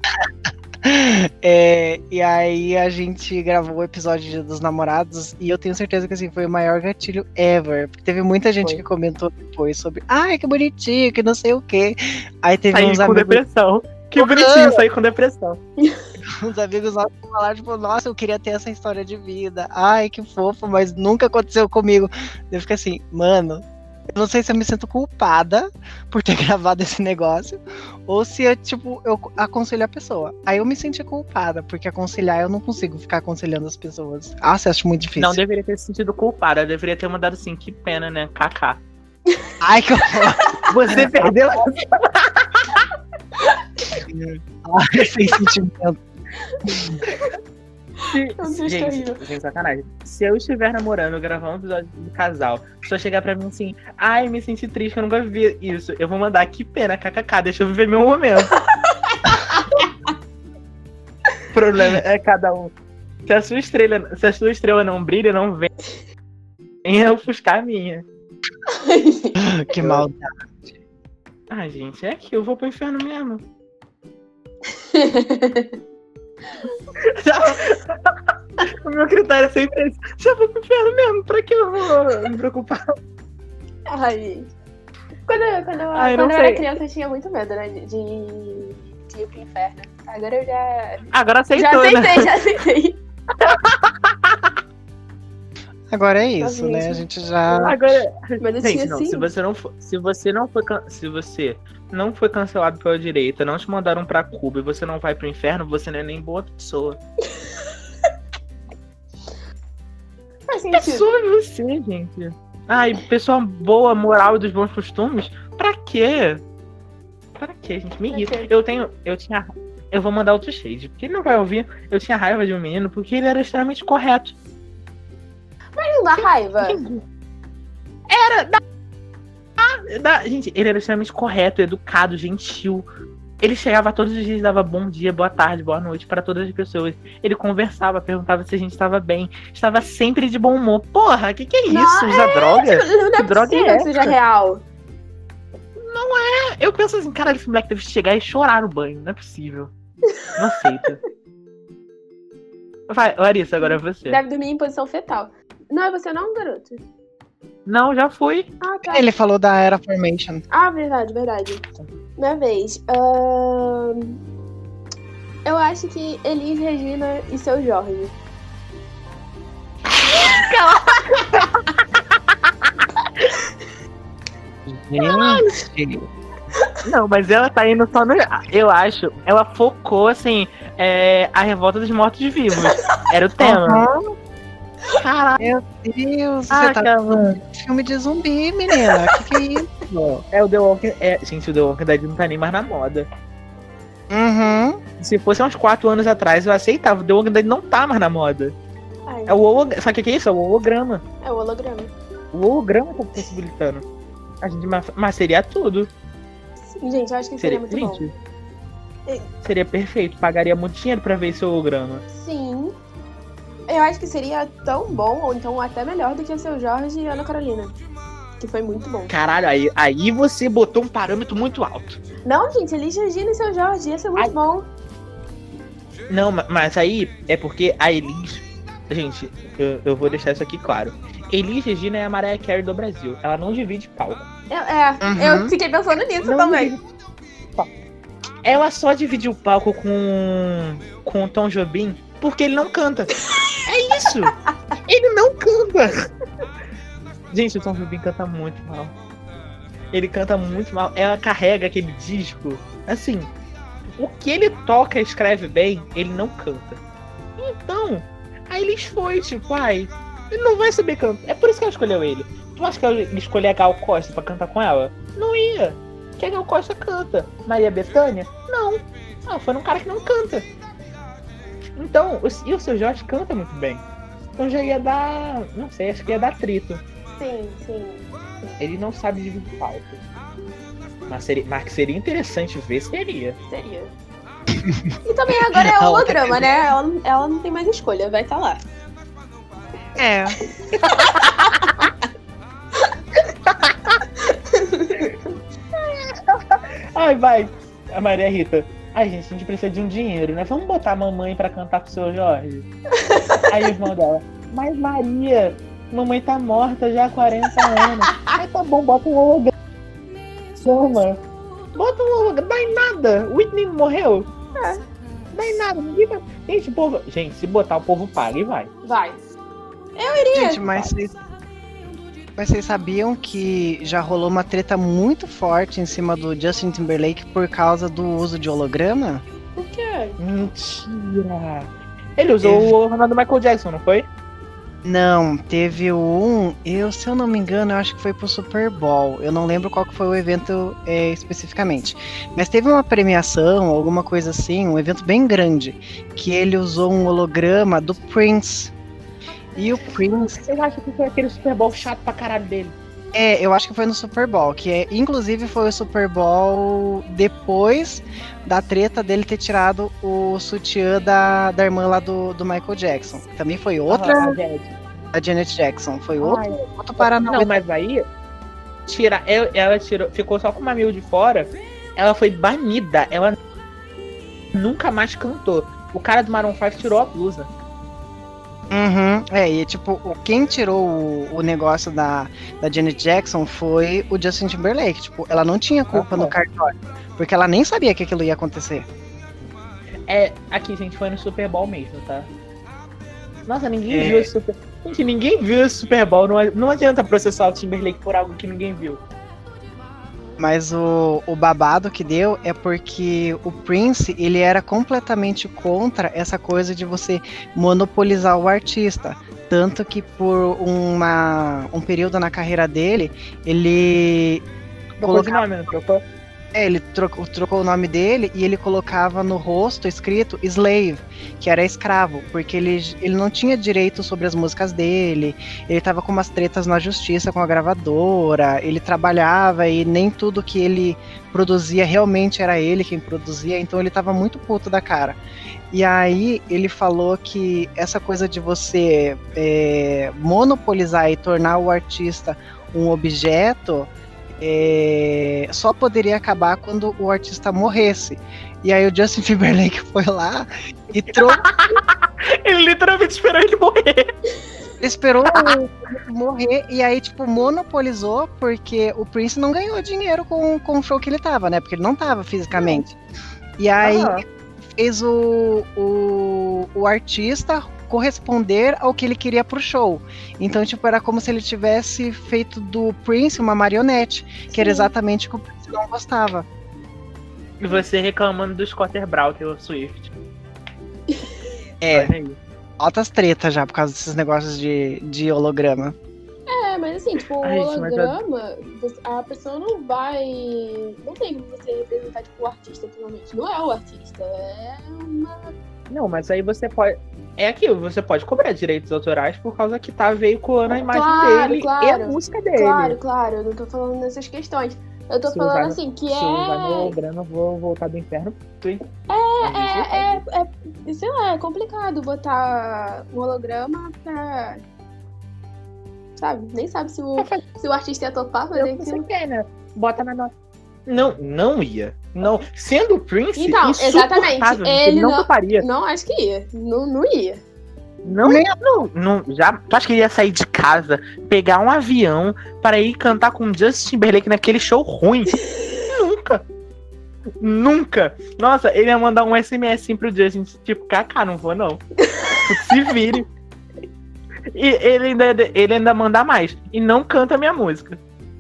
E aí a gente gravou o episódio de Dia dos Namorados e eu tenho certeza que assim, foi o maior gatilho ever. Porque teve muita gente que comentou depois sobre ai, que bonitinho, que não sei o quê. Aí teve Saí uns com amigos, depressão. Que bonitinho, sair com depressão. uns amigos nossos que falaram, tipo, nossa, eu queria ter essa história de vida. Ai, que fofo, mas nunca aconteceu comigo. Eu fico assim, mano, Eu não sei se eu me sinto culpada por ter gravado esse negócio, ou se eu, tipo, eu aconselho a pessoa. Aí eu me senti culpada, porque aconselhar eu não consigo ficar aconselhando as pessoas. Ah, você acha muito difícil. Não deveria ter se sentido culpada, eu deveria ter mandado assim, que pena, né? KK. Ai, que horror. Você perdeu. Ai, sem sentimento. Gente, sem sacanagem. Se eu estiver namorando, gravar um episódio de casal, se eu chegar pra mim assim, ai, me senti triste, eu nunca vi isso, eu vou mandar, que pena, kkk, deixa eu viver meu momento. O problema é cada um. Se a sua estrela não brilha, não vem ofuscar a minha. Que maldade. Ah, gente, é que eu vou pro inferno mesmo. O meu critério é sempre esse. Já vou pro inferno mesmo, pra que eu vou me preocupar? Ai. Quando eu era criança, eu tinha muito medo, né? De ir pro inferno. Agora eu já. Agora aceitou, já aceitei. Agora é isso, né? A gente já. Agora. Mas eu Gente, tinha não, assim. se você não foi cancelado pela direita, não te mandaram pra Cuba e você não vai pro inferno, você não é nem boa pessoa. Faz sentido. Pessoa é você, gente. Ai, pessoa boa, moral e dos bons costumes? Pra quê? Pra quê, gente? Me irrita. Eu vou mandar outro shade, porque ele não vai ouvir. Eu tinha raiva de um menino porque ele era extremamente correto. Mas não dá raiva. Gente, ele era extremamente correto, educado, gentil. Ele chegava todos os dias e dava bom dia, boa tarde, boa noite para todas as pessoas. Ele conversava, perguntava se a gente estava bem. Estava sempre de bom humor. Porra, que é isso? Usa droga? Não Que droga é essa? que seja real. Eu penso assim, cara, esse moleque deve chegar e chorar no banho. Não é possível. Não aceita. Vai, Larissa, agora é você. Deve dormir em posição fetal. Não é você não, garoto? Não, já fui. Ah, tá. Ele falou da Era Formation. Ah, verdade. Minha vez. Eu acho que Elis Regina e Seu Jorge. Gente. Não, mas ela tá indo só no. Eu acho. Ela focou, assim, a revolta dos mortos-vivos. Era o tema. Uhum. Caralho. Meu Deus, Ah, você tá cara. filme de zumbi, menina. Que é isso? É o The Walking. Gente, o The Walking Dead não tá nem mais na moda. Uhum. Se fosse uns 4 anos atrás, eu aceitava. O The Walking Dead não tá mais na moda. Ai, É o holograma. Sabe o que é isso? É o holograma. é o holograma. O holograma tá possibilitando. A gente mas seria tudo. Sim, gente, eu acho que seria muito bom. Gente, seria perfeito. Pagaria muito dinheiro pra ver esse holograma. Sim. Eu acho que seria tão bom, ou então até melhor do que o Seu Jorge e Ana Carolina. Que foi muito bom. Caralho, aí você botou um parâmetro muito alto. Não, gente, Elis Regina e Seu Jorge, ia ser muito bom. Não, mas aí é porque a Elis... Gente, eu vou deixar isso aqui claro. Elis Regina é a Mariah Carey do Brasil. Ela não divide palco. Eu fiquei pensando nisso Não também. divide palco. Ela só divide o palco com o Tom Jobim porque ele não canta. É isso! Ele não canta! Gente, o Tom Jobim canta muito mal. Ele canta muito mal. Ela carrega aquele disco. Assim, o que ele toca e escreve bem, ele não canta. Então, aí eles foi, tipo, ele não vai saber cantar. É por isso que ela escolheu ele. Tu acha que ela ia escolher a Gal Costa pra cantar com ela? Não ia. Que a Gal Costa canta. Maria Bethânia? Não. Ela foi num cara que não canta. Então, e o Seu Jorge canta muito bem. Então já ia dar... Não sei, acho que ia dar atrito. Sim. Ele não sabe dividir palco. Mas que seria interessante ver, seria. Seria. E também agora é holograma, né? Ela não tem mais escolha, vai estar lá. É. Ai, vai. A Maria Rita. Ai, gente, a gente precisa de um dinheiro, né? Vamos botar a mamãe pra cantar com o Seu Jorge. Aí o irmão dela. Mas Maria, mamãe tá morta já há 40 anos. Aí tá bom, bota um holograma. Soma. Bota um holograma. Dá em nada. Whitney morreu. Dá em nada. Ninguém vai... Gente, o povo... Gente, se botar, o povo paga e vai. Vai. Eu iria. Gente, mas Mas vocês sabiam que já rolou uma treta muito forte em cima do Justin Timberlake por causa do uso de holograma? Por quê? Mentira! Ele usou o Ronaldo Michael Jackson, não foi? Não, teve se eu não me engano, eu acho que foi pro Super Bowl. Eu não lembro qual que foi o evento especificamente. Mas teve uma premiação, alguma coisa assim, um evento bem grande, que ele usou um holograma do Prince. E o Prince... Eu acho que foi aquele Super Bowl chato pra caralho dele. Eu acho que foi no Super Bowl, inclusive foi o Super Bowl depois da treta dele ter tirado o sutiã da irmã lá do Michael Jackson. Também foi outra... A Janet Jackson. Foi outro Paranauê. Não, mas aí... ela tirou, ficou só com o mamilo de fora. Ela foi banida. Ela nunca mais cantou. O cara do Maroon 5 tirou a blusa. Uhum, e tipo, quem tirou o negócio da Janet Jackson foi o Justin Timberlake. Tipo, ela não tinha culpa no cartório, porque ela nem sabia que aquilo ia acontecer. Aqui, gente, foi no Super Bowl mesmo, tá? Nossa, ninguém viu esse Super Bowl. Gente, ninguém viu esse Super Bowl. Não adianta processar o Timberlake por algo que ninguém viu. Mas o babado que deu é porque o Prince, ele era completamente contra essa coisa de você monopolizar o artista. Tanto que por um período na carreira dele, ele... Trocou de nome, não trocou? Ele trocou o nome dele e ele colocava no rosto escrito slave, que era escravo, porque ele não tinha direito sobre as músicas dele, ele tava com umas tretas na justiça com a gravadora, ele trabalhava e nem tudo que ele produzia realmente era ele quem produzia, então ele tava muito puto da cara. E aí ele falou que essa coisa de você monopolizar e tornar o artista um objeto só poderia acabar quando o artista morresse. E aí o Justin Timberlake foi lá e trocou. Ele literalmente esperou ele morrer. Ele esperou ele morrer e aí, tipo, monopolizou, porque o Prince não ganhou dinheiro com o show que ele tava, né? Porque ele não tava fisicamente. E aí fez o artista corresponder ao que ele queria pro show. Então, tipo, era como se ele tivesse feito do Prince uma marionete, que era exatamente o que o Prince não gostava. E você reclamando do Scott Brown, Taylor Swift. Altas tretas já por causa desses negócios de holograma. Mas assim, tipo, o holograma, a pessoa não vai... Não tem como você representar, tipo, o artista, finalmente. Não é o artista, é uma... Não, mas aí você pode... É aquilo, você pode cobrar direitos autorais por causa que tá veiculando a imagem dele e a música dele. Claro, eu não tô falando nessas questões. Eu tô falando assim, que Se eu usar meu holograma, eu vou voltar do inferno. Sei lá, é complicado botar um holograma pra... Sabe? Nem sabe se o artista ia topar fazer aquilo. Você quer, né? Bota na nota. Não ia. Não. Sendo o Prince, então, exatamente. Ele não toparia. Não, acho que ia. Não ia. Não, já. Tu acha que ele ia sair de casa, pegar um avião para ir cantar com Justin Timberlake naquele show ruim? Nunca. Nossa, ele ia mandar um SMS assim pro Justin, tipo, kaká, não vou não. Se vire. E ele ainda manda mais. E não canta a minha música.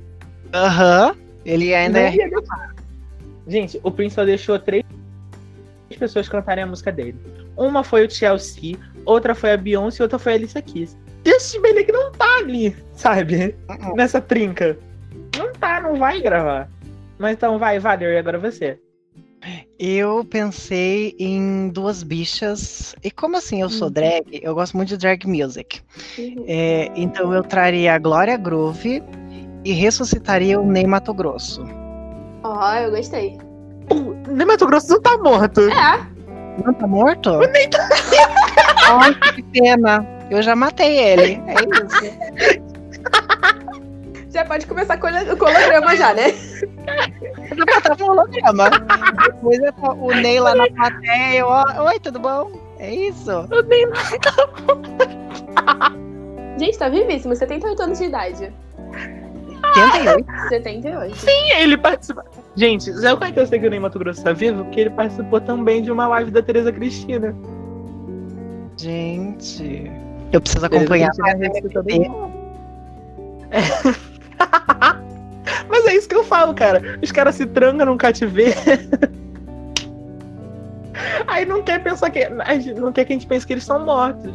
Ele ainda Gente, o Prince só deixou 3 pessoas cantarem a música dele. Uma foi o Chelsea, outra foi a Beyoncé e outra foi a Alicia Keys. Justin Timberlake não tá ali, sabe? Nessa trinca. Não vai gravar. Mas então vai, Valer, e agora você. Eu pensei em 2 bichas. E como assim eu sou drag, eu gosto muito de drag music. Então eu traria a Glória Groove e ressuscitaria o Ney Matogrosso. Eu gostei. O Ney Matogrosso não tá morto. Não tá morto? O Ney tá... Nossa, que pena. Eu já matei ele. É isso. Já pode começar com o holograma já, né? Eu já matava o holograma. Depois o Ney lá na plateia. Oi, tudo bom? É isso. O Ney não tá morto. Gente, tá vivíssimo. 78 anos de idade. 78. Sim, ele participa. Gente, sabe como é que eu sei que o Ney Matogrosso tá vivo? Porque ele participou também de uma live da Tereza Cristina. Gente, eu preciso acompanhar. Mas é isso que eu falo, cara. Os caras se trancam num cativeiro. Aí não quer pensar que. Não quer que a gente pense que eles são mortos.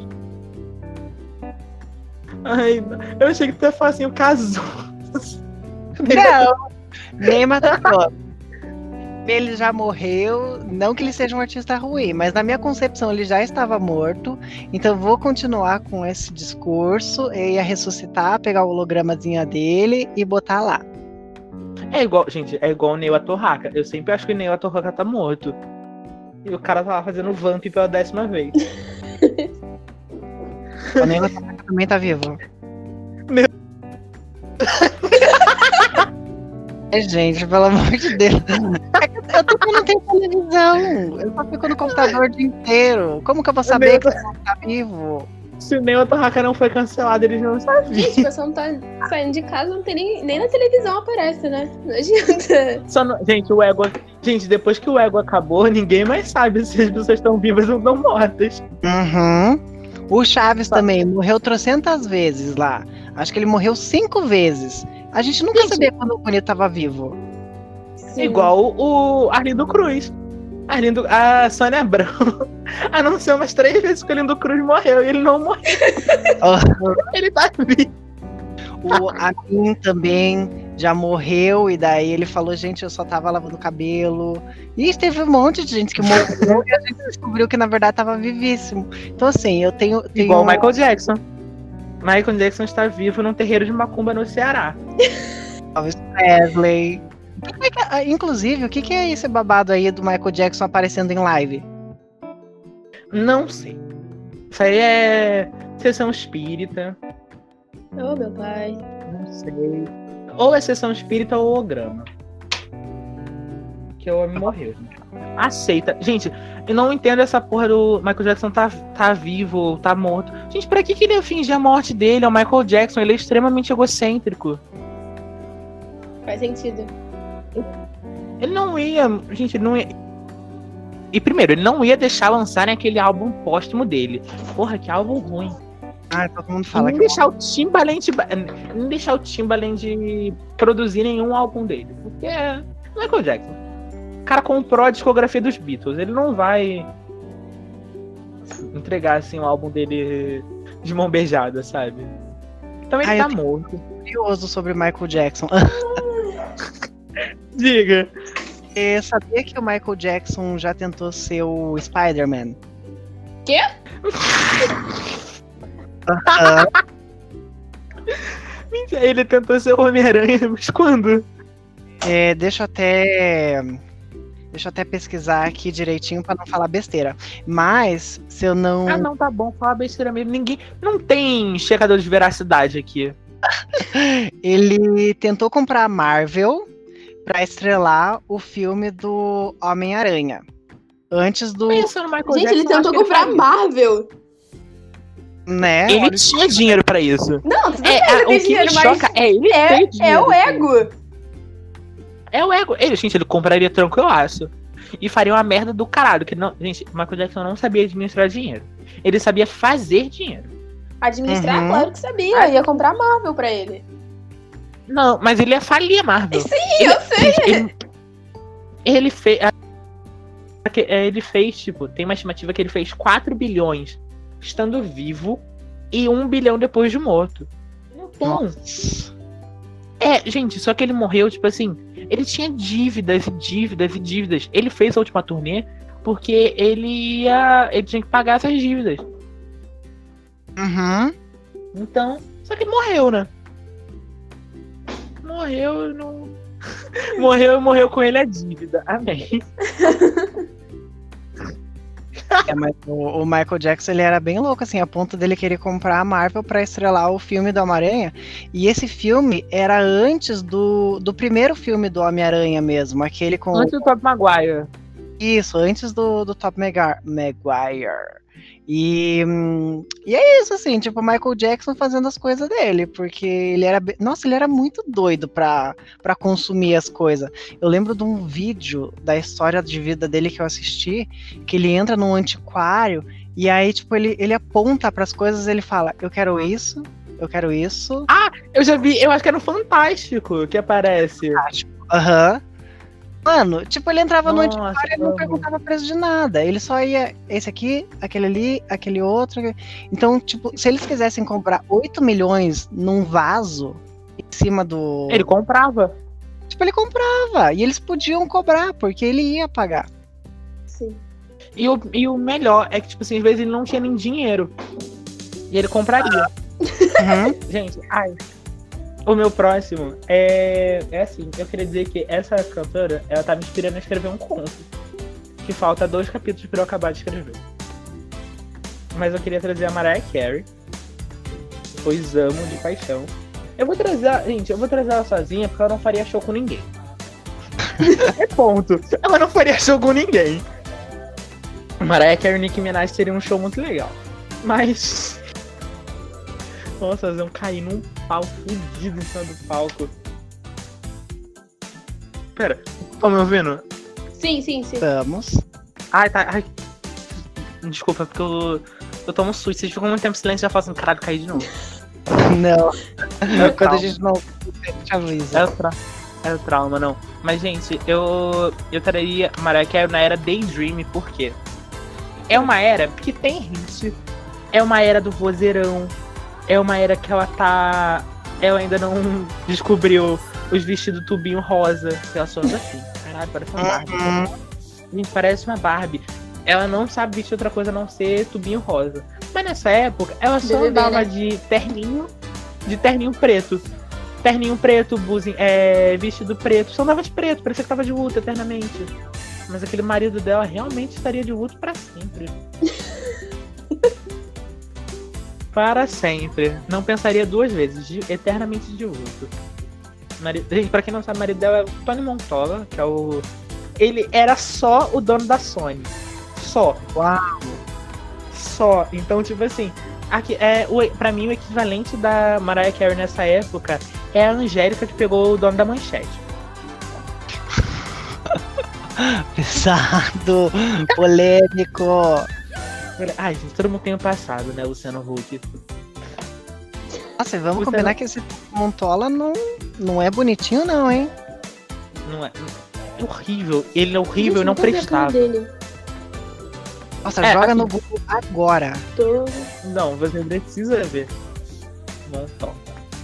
Ai, eu achei que tu ia falar assim, o caso. Não, nem matou. Ele já morreu, não que ele seja um artista ruim, mas na minha concepção ele já estava morto, então eu vou continuar com esse discurso, eu ia ressuscitar, pegar o hologramazinho dele e botar lá. É igual, gente, é igual o Neo Torraca. Eu sempre acho que o Neo Torraca tá morto. E o cara tá lá fazendo Vamp pela 10ª vez. O Neo Torraca também tá vivo. Meu... Gente, pelo amor de Deus. Eu também não tenho televisão. Eu só fico no computador o dia inteiro. Como que eu vou saber que ele não tá vivo? Se o Neo Torraca não foi cancelado, eles não sabem. Gente, o pessoal não tá saindo de casa, não tem nem na televisão aparece, né? Não adianta. Gente, o ego. Gente, depois que o ego acabou, ninguém mais sabe se as pessoas estão vivas ou estão mortas. Uhum. O Chaves também morreu 300 vezes lá. Acho que ele morreu 5 vezes. A gente nunca sabia quando o Bonito tava vivo. Sim. Igual o Arlindo Cruz. A Sônia Abrão anunciou umas 3 vezes que o Arlindo Cruz morreu e ele não morreu. Ele tá vivo. O Amin também já morreu e daí ele falou, gente, eu só tava lavando o cabelo. E teve um monte de gente que morreu e a gente descobriu que na verdade tava vivíssimo. Então assim, eu tenho... Igual o Michael Jackson. Michael Jackson está vivo num terreiro de macumba no Ceará. Elvis Presley. Inclusive, o que é esse babado aí do Michael Jackson aparecendo em live? Não sei. Isso aí é sessão espírita. Oh, meu pai. Não sei. Ou é sessão espírita ou holograma. Que o homem morreu. Aceita. Gente, eu não entendo essa porra do Michael Jackson tá vivo ou tá morto. Gente, pra que ele ia fingir a morte dele? É o Michael Jackson, ele é extremamente egocêntrico. Faz sentido. Ele não ia... Gente, ele não ia... E primeiro, ele não ia deixar lançarem aquele álbum póstumo dele. Porra, que álbum ruim. Ah, todo mundo fala nem deixar o Timbaland produzir nenhum álbum dele. Porque é Michael Jackson. O cara comprou a discografia dos Beatles. Ele não vai entregar assim um álbum dele de mão beijada, sabe? Então ele tá morto. Curioso sobre Michael Jackson. Diga. Sabia que o Michael Jackson já tentou ser o Spider-Man? Quê? Ele tentou ser o Homem-Aranha, mas quando? Deixa eu até pesquisar aqui direitinho pra não falar besteira. Mas, se eu não... Ah, não, tá bom, fala besteira mesmo. Ninguém... Não tem checador de veracidade aqui. Ele tentou comprar a Marvel pra estrelar o filme do Homem-Aranha. Antes do... Gente, ele tentou comprar a Marvel. Né? Ele tinha dinheiro pra isso. Não, tudo bem, ele tem dinheiro, mas choca é ele ter dinheiro. É o ego. É o ego. Ele compraria tranquilaço. E faria uma merda do caralho. Que não, gente, o Michael Jackson não sabia administrar dinheiro. Ele sabia fazer dinheiro. Administrar, claro que sabia. Ia comprar a Marvel pra ele. Não, mas ele ia falir a Marvel. Sim, eu sei. Ele fez, tipo, tem uma estimativa que ele fez 4 bilhões estando vivo e 1 bilhão depois de morto. Então, gente, só que ele morreu, tipo assim, ele tinha dívidas e dívidas e dívidas. Ele fez a última turnê porque ele tinha que pagar essas dívidas. Uhum. Então, só que ele morreu, né? Morreu, não... morreu com ele a dívida. Amém. Mas o Michael Jackson, ele era bem louco, assim, a ponto dele querer comprar a Marvel pra estrelar o filme do Homem-Aranha. E esse filme era antes do primeiro filme do Homem-Aranha mesmo, aquele com... Antes do Tobey Maguire. Isso, antes do Tobey Maguire. E é isso, assim, tipo, o Michael Jackson fazendo as coisas dele, porque ele era muito doido pra consumir as coisas. Eu lembro de um vídeo da história de vida dele que eu assisti, que ele entra num antiquário, e aí, tipo, ele aponta pras coisas, ele fala, eu quero isso, eu quero isso. Ah, eu já vi, eu acho que era no Fantástico que aparece. Aham. Mano, tipo, ele entrava no Nossa, antiquário e não amo. perguntava preço de nada. Ele só ia, esse aqui, aquele ali, aquele outro. Então, tipo, se eles quisessem comprar 8 milhões num vaso em cima do. Ele comprava. Tipo, ele comprava. E eles podiam cobrar, porque ele ia pagar. Sim. E o melhor é que, tipo assim, às vezes ele não tinha nem dinheiro. E ele compraria. Uhum. Gente, o meu próximo é assim, eu queria dizer que essa cantora, ela tá me inspirando a escrever um conto. Que falta 2 capítulos pra eu acabar de escrever. Mas eu queria trazer a Mariah Carey. Pois amo de paixão. Eu vou trazer ela sozinha porque ela não faria show com ninguém. É ponto. Ela não faria show com ninguém. Mariah Carey e Nicki Minaj seria um show muito legal. Mas... Nossa, elas vão cair num pau fudido em cima do palco. Pera, tá me ouvindo? Sim. Estamos. Ai, tá. Ai. Desculpa, porque eu tomo susto. Vocês ficam muito tempo em silêncio e já falam assim, caralho, caí de novo. Não. Quando Calma. a gente não a gente avisa. É o trauma, não. Mas, gente, eu traria Mariah Carey na era Daydream, por quê? É uma era que tem hit. É uma era do vozeirão. É uma era que ela ainda não descobriu os vestidos tubinho rosa. Que elas são assim. Caralho, parece uma Barbie. Gente, parece uma Barbie. Ela não sabe vestir outra coisa a não ser tubinho rosa. Mas nessa época, ela só BBB, andava né? de terninho preto. Terninho preto, vestido preto. Só andava de preto, parecia que tava de luto eternamente. Mas aquele marido dela realmente estaria de luto pra sempre. Para sempre. Não pensaria 2 vezes. Eternamente de luto. Gente, pra quem não sabe, o marido dela é o Tony Montola, que é o... Ele era só o dono da Sony. Só. Uau. Só. Então, tipo assim... Aqui, pra mim, o equivalente da Mariah Carey nessa época é a Angélica que pegou o dono da Manchete. Pesado. Polêmico. Ai, gente, todo mundo tem um passado, né, Luciano Huck? Nossa, vamos combinar que esse Montola não é bonitinho não, hein? Não é... É horrível. Ele é horrível e não Gente, nunca vi a cara prestava. dele. Nossa, aqui. joga no Google agora. Não, você precisa ver. Montola.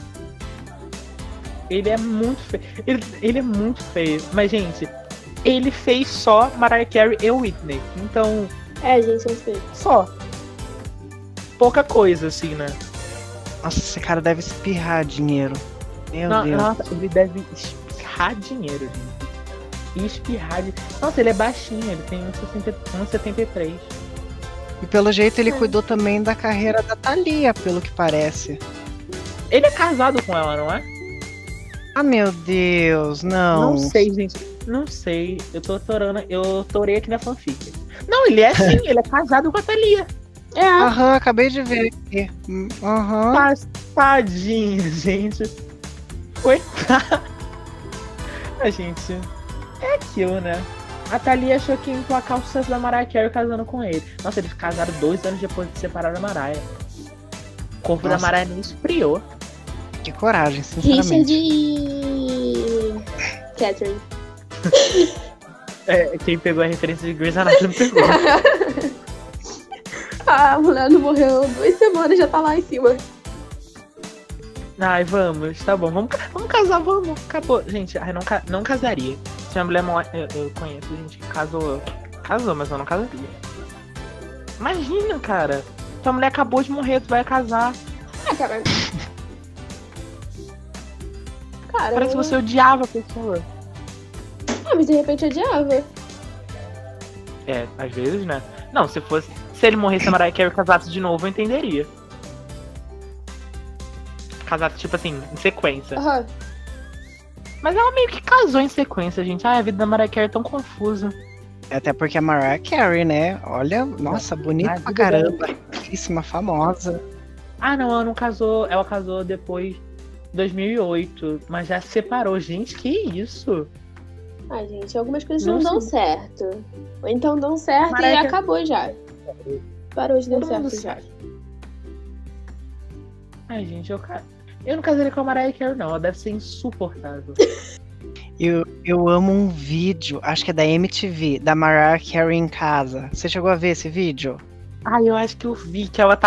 Ele é muito feio. Ele é muito feio. Mas, gente, ele fez só Mariah Carey e Whitney. Então... gente, são feios. Só. Pouca coisa, assim, né? Nossa, esse cara deve espirrar dinheiro. Meu Deus. Nossa, ele deve espirrar dinheiro, gente. Espirrar dinheiro. Nossa, ele é baixinho, ele tem 1,73. E pelo jeito ele cuidou também da carreira da Thalia, pelo que parece. Ele é casado com ela, não é? Ah, meu Deus, não. Não sei, gente. Não sei. Eu tô torando. Eu torei aqui na fanfic. Não, ele é sim, ele é casado com a Thalia. Aham, acabei de ver aqui. Aham. Tadinho, gente. Coitado. A gente. É aquilo, né? A Thalia achou que ia emplacar o sucesso da Mariah Carey casando com ele. Nossa, eles casaram 2 anos depois de separar da Mariah. O corpo da Mariah nem esfriou. Que coragem, sinceramente. Richard e Catherine. Quem pegou a referência de Grey's Anatomy pegou. A mulher não morreu 2 semanas, já tá lá em cima. Ai, vamos, tá bom. Vamos casar, vamos. Acabou. Gente, não casaria. Se a mulher eu conheço gente que casou, mas eu não casaria. Imagina, cara. Se a mulher acabou de morrer, tu vai casar. Cara. Parece que você odiava a pessoa. Mas de repente odiava. Às vezes, né? Não, se ele morresse a Mariah Carey casasse de novo, eu entenderia. Casasse, tipo assim, em sequência. Aham. Mas ela meio que casou em sequência, gente. A vida da Mariah Carey é tão confusa. Até porque a Mariah Carey, né? Olha, nossa, bonita pra caramba. Riquíssima, famosa. Ah, não, ela não casou. Ela casou depois de 2008. Mas já se separou. Gente, que isso? Gente, algumas coisas não dão certo. Ou então dão certo Mariah e Carey... acabou já. Parou de dar Todo mundo certo já. Ai, gente, eu não casaria com a Mariah Carey, não. Ela deve ser insuportável. Eu amo um vídeo, acho que é da MTV, da Mariah Carey em casa. Você chegou a ver esse vídeo? Ai, eu acho que eu vi que ela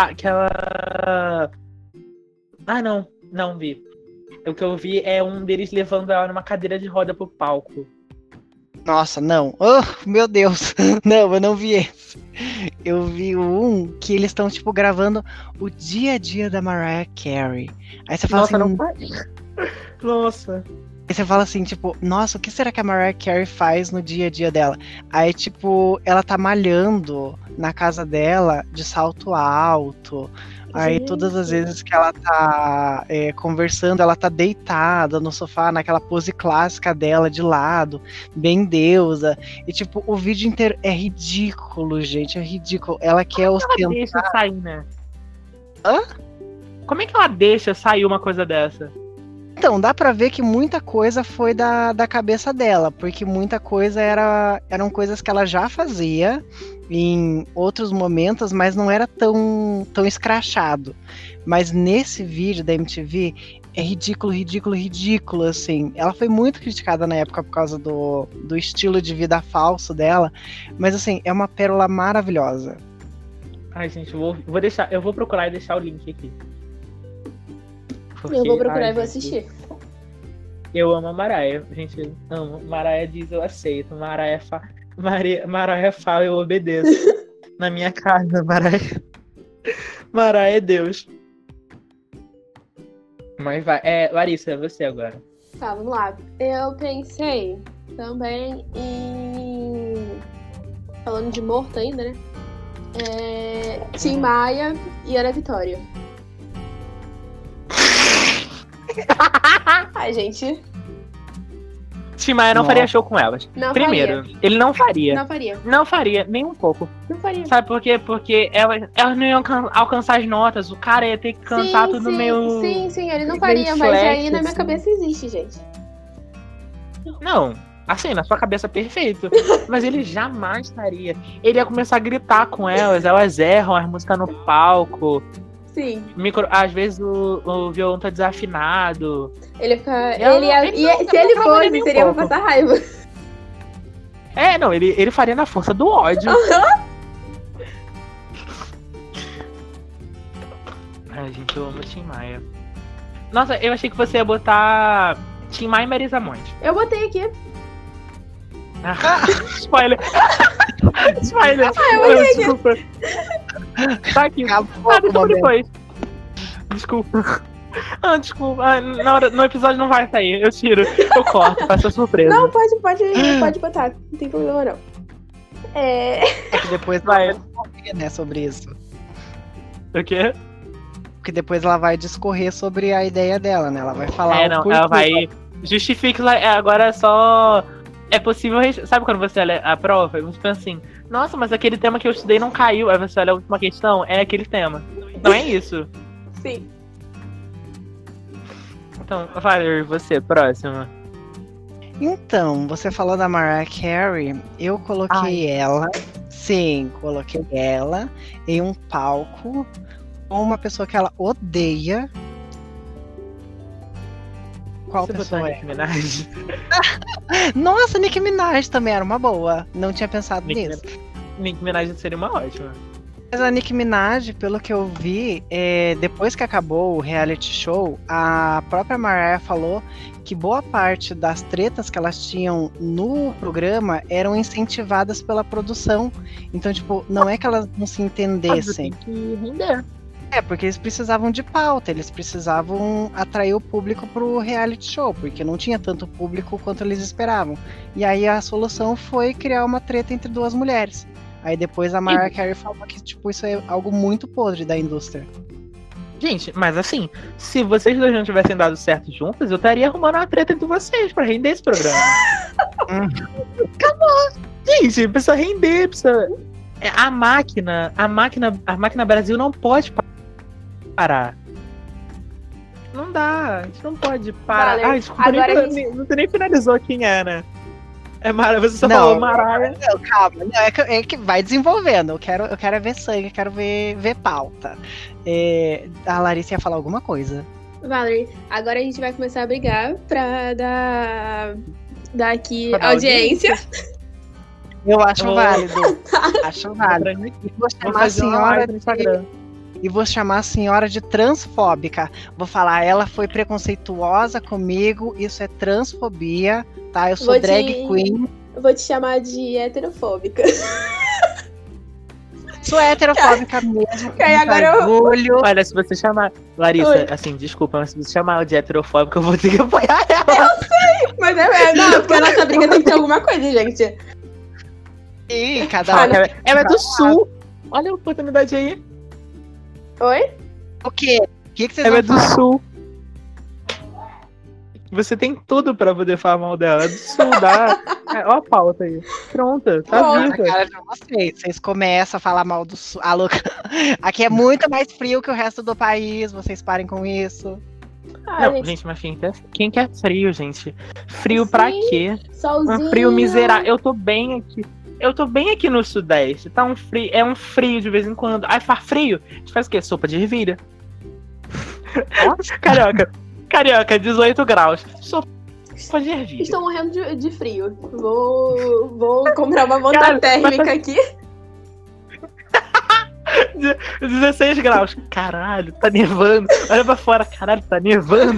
Ah, não vi. O que eu vi é um deles levando ela numa cadeira de roda pro palco. Nossa, não. Oh, meu Deus. Não, eu não vi esse. Eu vi um que eles estão, tipo, gravando o dia a dia da Mariah Carey. Aí você fala Nossa, assim... não faz. Nossa. Aí você fala assim, tipo, nossa, o que será que a Mariah Carey faz no dia a dia dela? Aí, tipo, ela tá malhando na casa dela de salto alto. Aí todas as vezes que ela tá conversando, ela tá deitada no sofá, naquela pose clássica dela, de lado, bem deusa. E tipo, o vídeo inteiro é ridículo, gente, é ridículo. Ela quer ostentar... Ela deixa sair, né? Hã? Como é que ela deixa sair uma coisa dessa? Então, dá pra ver que muita coisa foi da cabeça dela, porque muita coisa eram coisas que ela já fazia em outros momentos, mas não era tão escrachado. Mas nesse vídeo da MTV é ridículo, assim. Ela foi muito criticada na época por causa do estilo de vida falso dela, mas assim, é uma pérola maravilhosa. Ai, gente, eu vou procurar e deixar o link aqui. Porque, eu vou procurar e vou assistir. Eu amo a Mariah, gente, amo. Mariah diz, eu aceito. Mariah fala, eu obedeço. Na minha casa, Mariah é Deus. Mas vai, Larissa, é você agora. Tá, vamos lá. Eu pensei também em... Falando de morto ainda, né? Tim Maia e Ana Vitória. Ai, gente. Tim Maia não faria show com elas. Não Primeiro, faria. ele não faria. Não faria. Não faria, nem um pouco. Não faria. Sabe por quê? Porque elas não iam alcançar as notas. O cara ia ter que cantar tudo meio... Sim, ele não faria, mas aí na minha cabeça existe, gente. Não, assim, na sua cabeça perfeito. Mas ele jamais faria. Ele ia começar a gritar com elas erram as músicas no palco. Sim. Às vezes o violão tá desafinado. Ele fica. Se ele fosse, seria pra passar raiva. Não, ele faria na força do ódio. Ai, gente, eu amo Tim Maia. Nossa, eu achei que você ia botar Tim Maia e Marisa Monte. Eu botei aqui. Spoiler. Spoiler. Desculpa. Tá aqui. Deixa depois. Desculpa. Desculpa. No episódio não vai sair. Eu tiro. Eu corto. Faça surpresa. Não, pode botar. Não tem problema, não. Que depois vai né, sobre isso. O quê? Porque depois ela vai discorrer sobre a ideia dela, né? Ela vai falar ela vai... Justifique. Agora é só... É possível... Sabe quando você olha a prova e você pensa assim... Nossa, mas aquele tema que eu estudei não caiu. Aí você olha a última questão, é aquele tema. Não é isso? Sim. Então, Valer, você, próxima. Então, você falou da Mariah Carey. Eu coloquei ela... Sim, coloquei ela em um palco com uma pessoa que ela odeia. Qual você pessoa é? Nicki Minaj? Nossa, Nicki Minaj também era uma boa. Não tinha pensado nisso. Nicki Minaj seria uma ótima. Mas a Nicki Minaj, pelo que eu vi, depois que acabou o reality show, a própria Mariah falou que boa parte das tretas que elas tinham no programa eram incentivadas pela produção. Então, tipo, não é que elas não se entendessem. Tem que render. Porque eles precisavam de pauta, eles precisavam atrair o público pro reality show, porque não tinha tanto público quanto eles esperavam. E aí a solução foi criar uma treta entre duas mulheres. Aí depois a Mariah Carey falou que tipo, isso é algo muito podre da indústria. Gente, mas assim, se vocês dois não tivessem dado certo juntos, eu estaria arrumando uma treta entre vocês pra render esse programa. Acabou. Gente, precisa render, precisa... A máquina Brasil não pode parar. Não dá, a gente não pode parar. Vale. Desculpa, agora você nem finalizou quem é, né? Você só falou Mariah. Não, calma. Não, é que vai desenvolvendo. Eu quero ver sangue, eu quero ver pauta. A Larissa ia falar alguma coisa. Valerie, agora a gente vai começar a brigar pra dar aqui Pra dar audiência. Eu acho válido. Acho válido. E vou chamar a senhora no Instagram. E vou chamar a senhora de transfóbica. Vou falar, ela foi preconceituosa comigo, isso é transfobia, tá? Eu sou drag queen. Vou te chamar de heterofóbica. Sou heterofóbica mesmo. Agora Olha, se você chamar. Larissa, assim, desculpa, mas se você chamar ela de heterofóbica, eu vou ter que apoiar ela. Eu sei, mas não, porque a nossa briga tem que ter alguma coisa, gente. E cada ela é do sul. Olha a oportunidade aí. Oi? O quê? O que vocês Ela vão é do falar? sul. Você tem tudo pra poder falar mal dela. É do sul, dá. Ó a pauta aí. Pronta, tá Nossa, viva. cara, vocês começam a falar mal do sul. Ah, louca. Aqui é muito mais frio que o resto do país. Vocês parem com isso. Não, gente, mas quem quer frio, gente? Frio pra quê? Solzinho. Um frio miserável. Eu tô bem aqui no Sudeste. Tá um frio. É um frio de vez em quando. Aí faz frio. A gente faz o quê? Sopa de ervilha. Carioca, 18 graus. Sopa de ervilha. Estou morrendo de frio. Vou comprar uma monta térmica aqui. 16 graus. Caralho, tá nevando. Olha pra fora, caralho, tá nevando.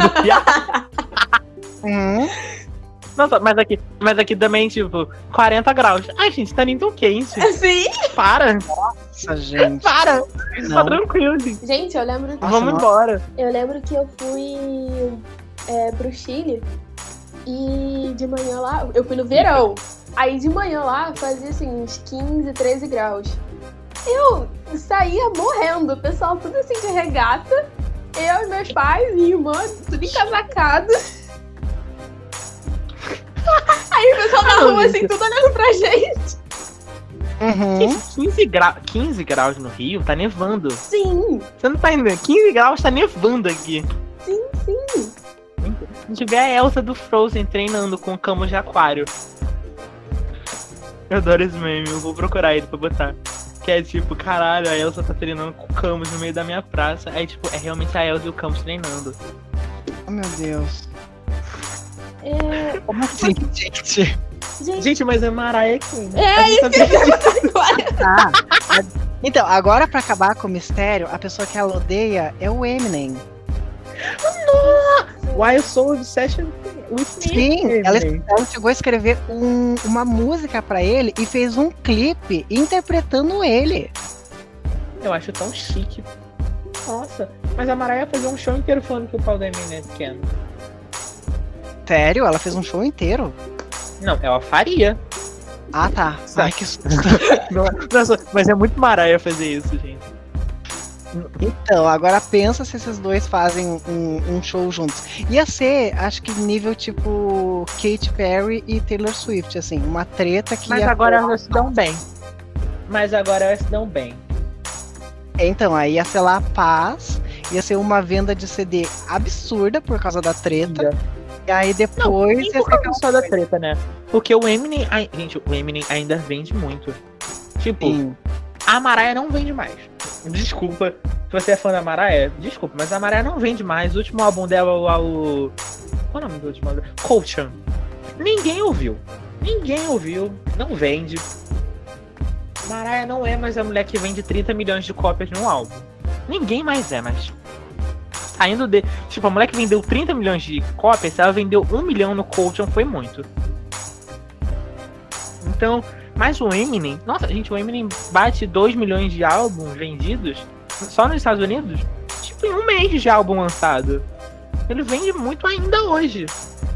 Nossa, mas aqui também, tipo, 40 graus. Ai, gente, tá nem tão quente. Sim. Para. Nossa, gente. Para. Não. Tá tranquilo, gente. Gente, eu lembro que... Vamos embora. Eu lembro que eu fui pro Chile e de manhã lá... Eu fui no verão. Aí de manhã lá fazia, assim, uns 15, 13 graus. Eu saía morrendo. O pessoal tudo assim de regata. Eu e meus pais e irmã, tudo encasacado. Aí o pessoal na rua, assim, tudo olhando pra gente. Uhum. 15 graus no Rio, tá nevando. Sim. Você não tá entendendo? 15 graus tá nevando aqui. Sim. A gente vê a Elsa do Frozen treinando com camas de aquário. Eu adoro esse meme, eu vou procurar ele pra botar. Que é tipo, caralho, a Elsa tá treinando com o Camus no meio da minha praça. Aí tipo, é realmente a Elsa e o Camus treinando. Oh, meu Deus. Como assim, gente? Gente, mas é Mariah Carey. É isso que eu Tá. Então, agora pra acabar com o mistério, a pessoa que ela odeia é o Eminem. Why You So Obsession with Me? Sim, ela chegou a escrever uma música pra ele e fez um clipe interpretando ele. Eu acho tão chique. Nossa, mas a Mariah fazia um show inteiro falando que o pau da Eminem é pequeno. Sério? Ela fez um show inteiro? Não, ela faria. Ah, tá. Ai, que susto. Nossa, mas é muito Mariah fazer isso, gente. Então, agora pensa se esses dois fazem um show juntos. Ia ser, acho que nível tipo Katy Perry e Taylor Swift, assim, uma treta que Mas ia... agora elas se dão bem. Então, aí ia ser lá a paz, ia ser uma venda de CD absurda por causa da treta. E aí depois ia ser só da treta, né? Porque o Eminem, gente, o Eminem ainda vende muito. Tipo, Sim. a Mariah não vende mais. Desculpa, se você é fã da Mariah, desculpa, mas a Mariah não vende mais. O último álbum dela, o... Qual é o nome do último álbum? Culture. Ninguém ouviu, não vende. Mariah não é mais a mulher que vende 30 milhões de cópias num álbum. Ninguém mais é, mas... Saindo de... Tipo, a mulher que vendeu 30 milhões de cópias, se ela vendeu 1 milhão no Culture, foi muito. Então... Mas o Eminem... Nossa, gente, o Eminem bate 2 milhões de álbuns vendidos só nos Estados Unidos. Tipo, em um mês de álbum lançado. Ele vende muito ainda hoje.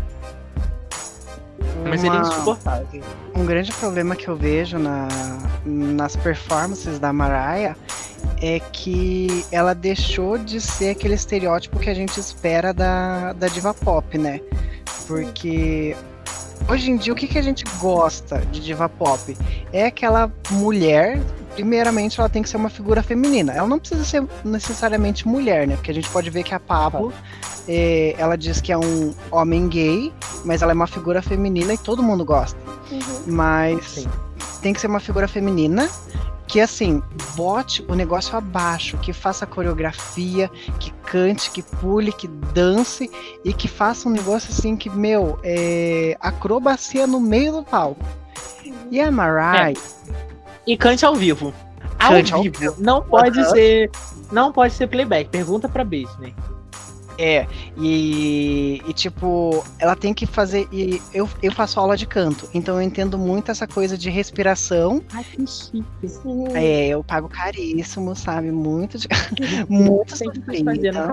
Mas ele é insuportável. Um grande problema que eu vejo nas performances da Mariah é que ela deixou de ser aquele estereótipo que a gente espera da diva pop, né? Porque hoje em dia o que a gente gosta de diva pop? É aquela mulher, primeiramente, ela tem que ser uma figura feminina. Ela não precisa ser necessariamente mulher, né? Porque a gente pode ver que a Pablo, ela diz que é um homem gay, mas ela é uma figura feminina e todo mundo gosta. Mas tem que ser uma figura feminina que, assim, bote o negócio abaixo, que faça coreografia, que cante, que pule, que dance e que faça um negócio, assim, que, acrobacia no meio do palco. E a Mariah... E cante ao vivo. Ao vivo. Não pode ser playback. Pergunta pra Britney. E tipo, ela tem que fazer. E eu faço aula de canto, então eu entendo muito essa coisa de respiração. Ai, que chique. Eu pago caríssimo, sabe? Muito sofrida.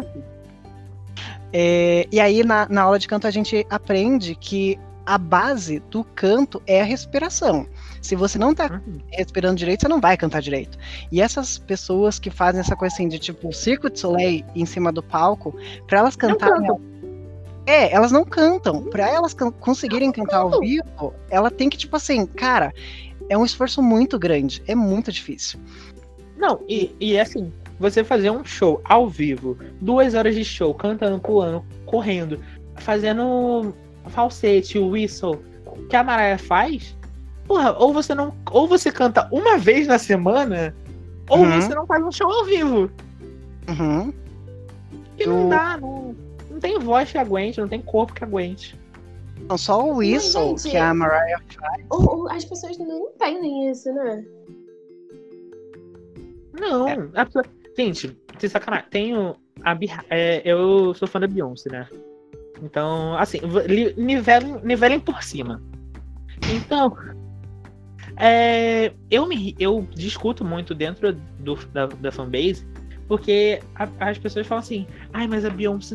E aí, na aula de canto, a gente aprende que a base do canto é a respiração. Se você não tá respirando direito, você não vai cantar direito. E essas pessoas que fazem essa coisa assim de tipo Cirque du Soleil em cima do palco, pra elas cantarem. Elas não cantam. Pra elas conseguirem cantar ao vivo, ela tem que, tipo assim, cara, é um esforço muito grande. É muito difícil. Não, e assim, você fazer um show ao vivo, 2 horas de show, cantando, pulando, correndo, fazendo falsete, whistle, que a Mariah faz. Porra, ou você canta uma vez na semana, ou você não faz um show ao vivo. E não dá, não tem voz que aguente, não tem corpo que aguente. Não, só o whistle que a Mariah faz. As pessoas não entendem isso, né? Não, a pessoa... Gente, sem sacanagem, eu sou fã da Beyoncé, né? Então, assim, nivelem por cima. Então... eu discuto muito dentro da fanbase, porque as pessoas falam assim, mas a Beyoncé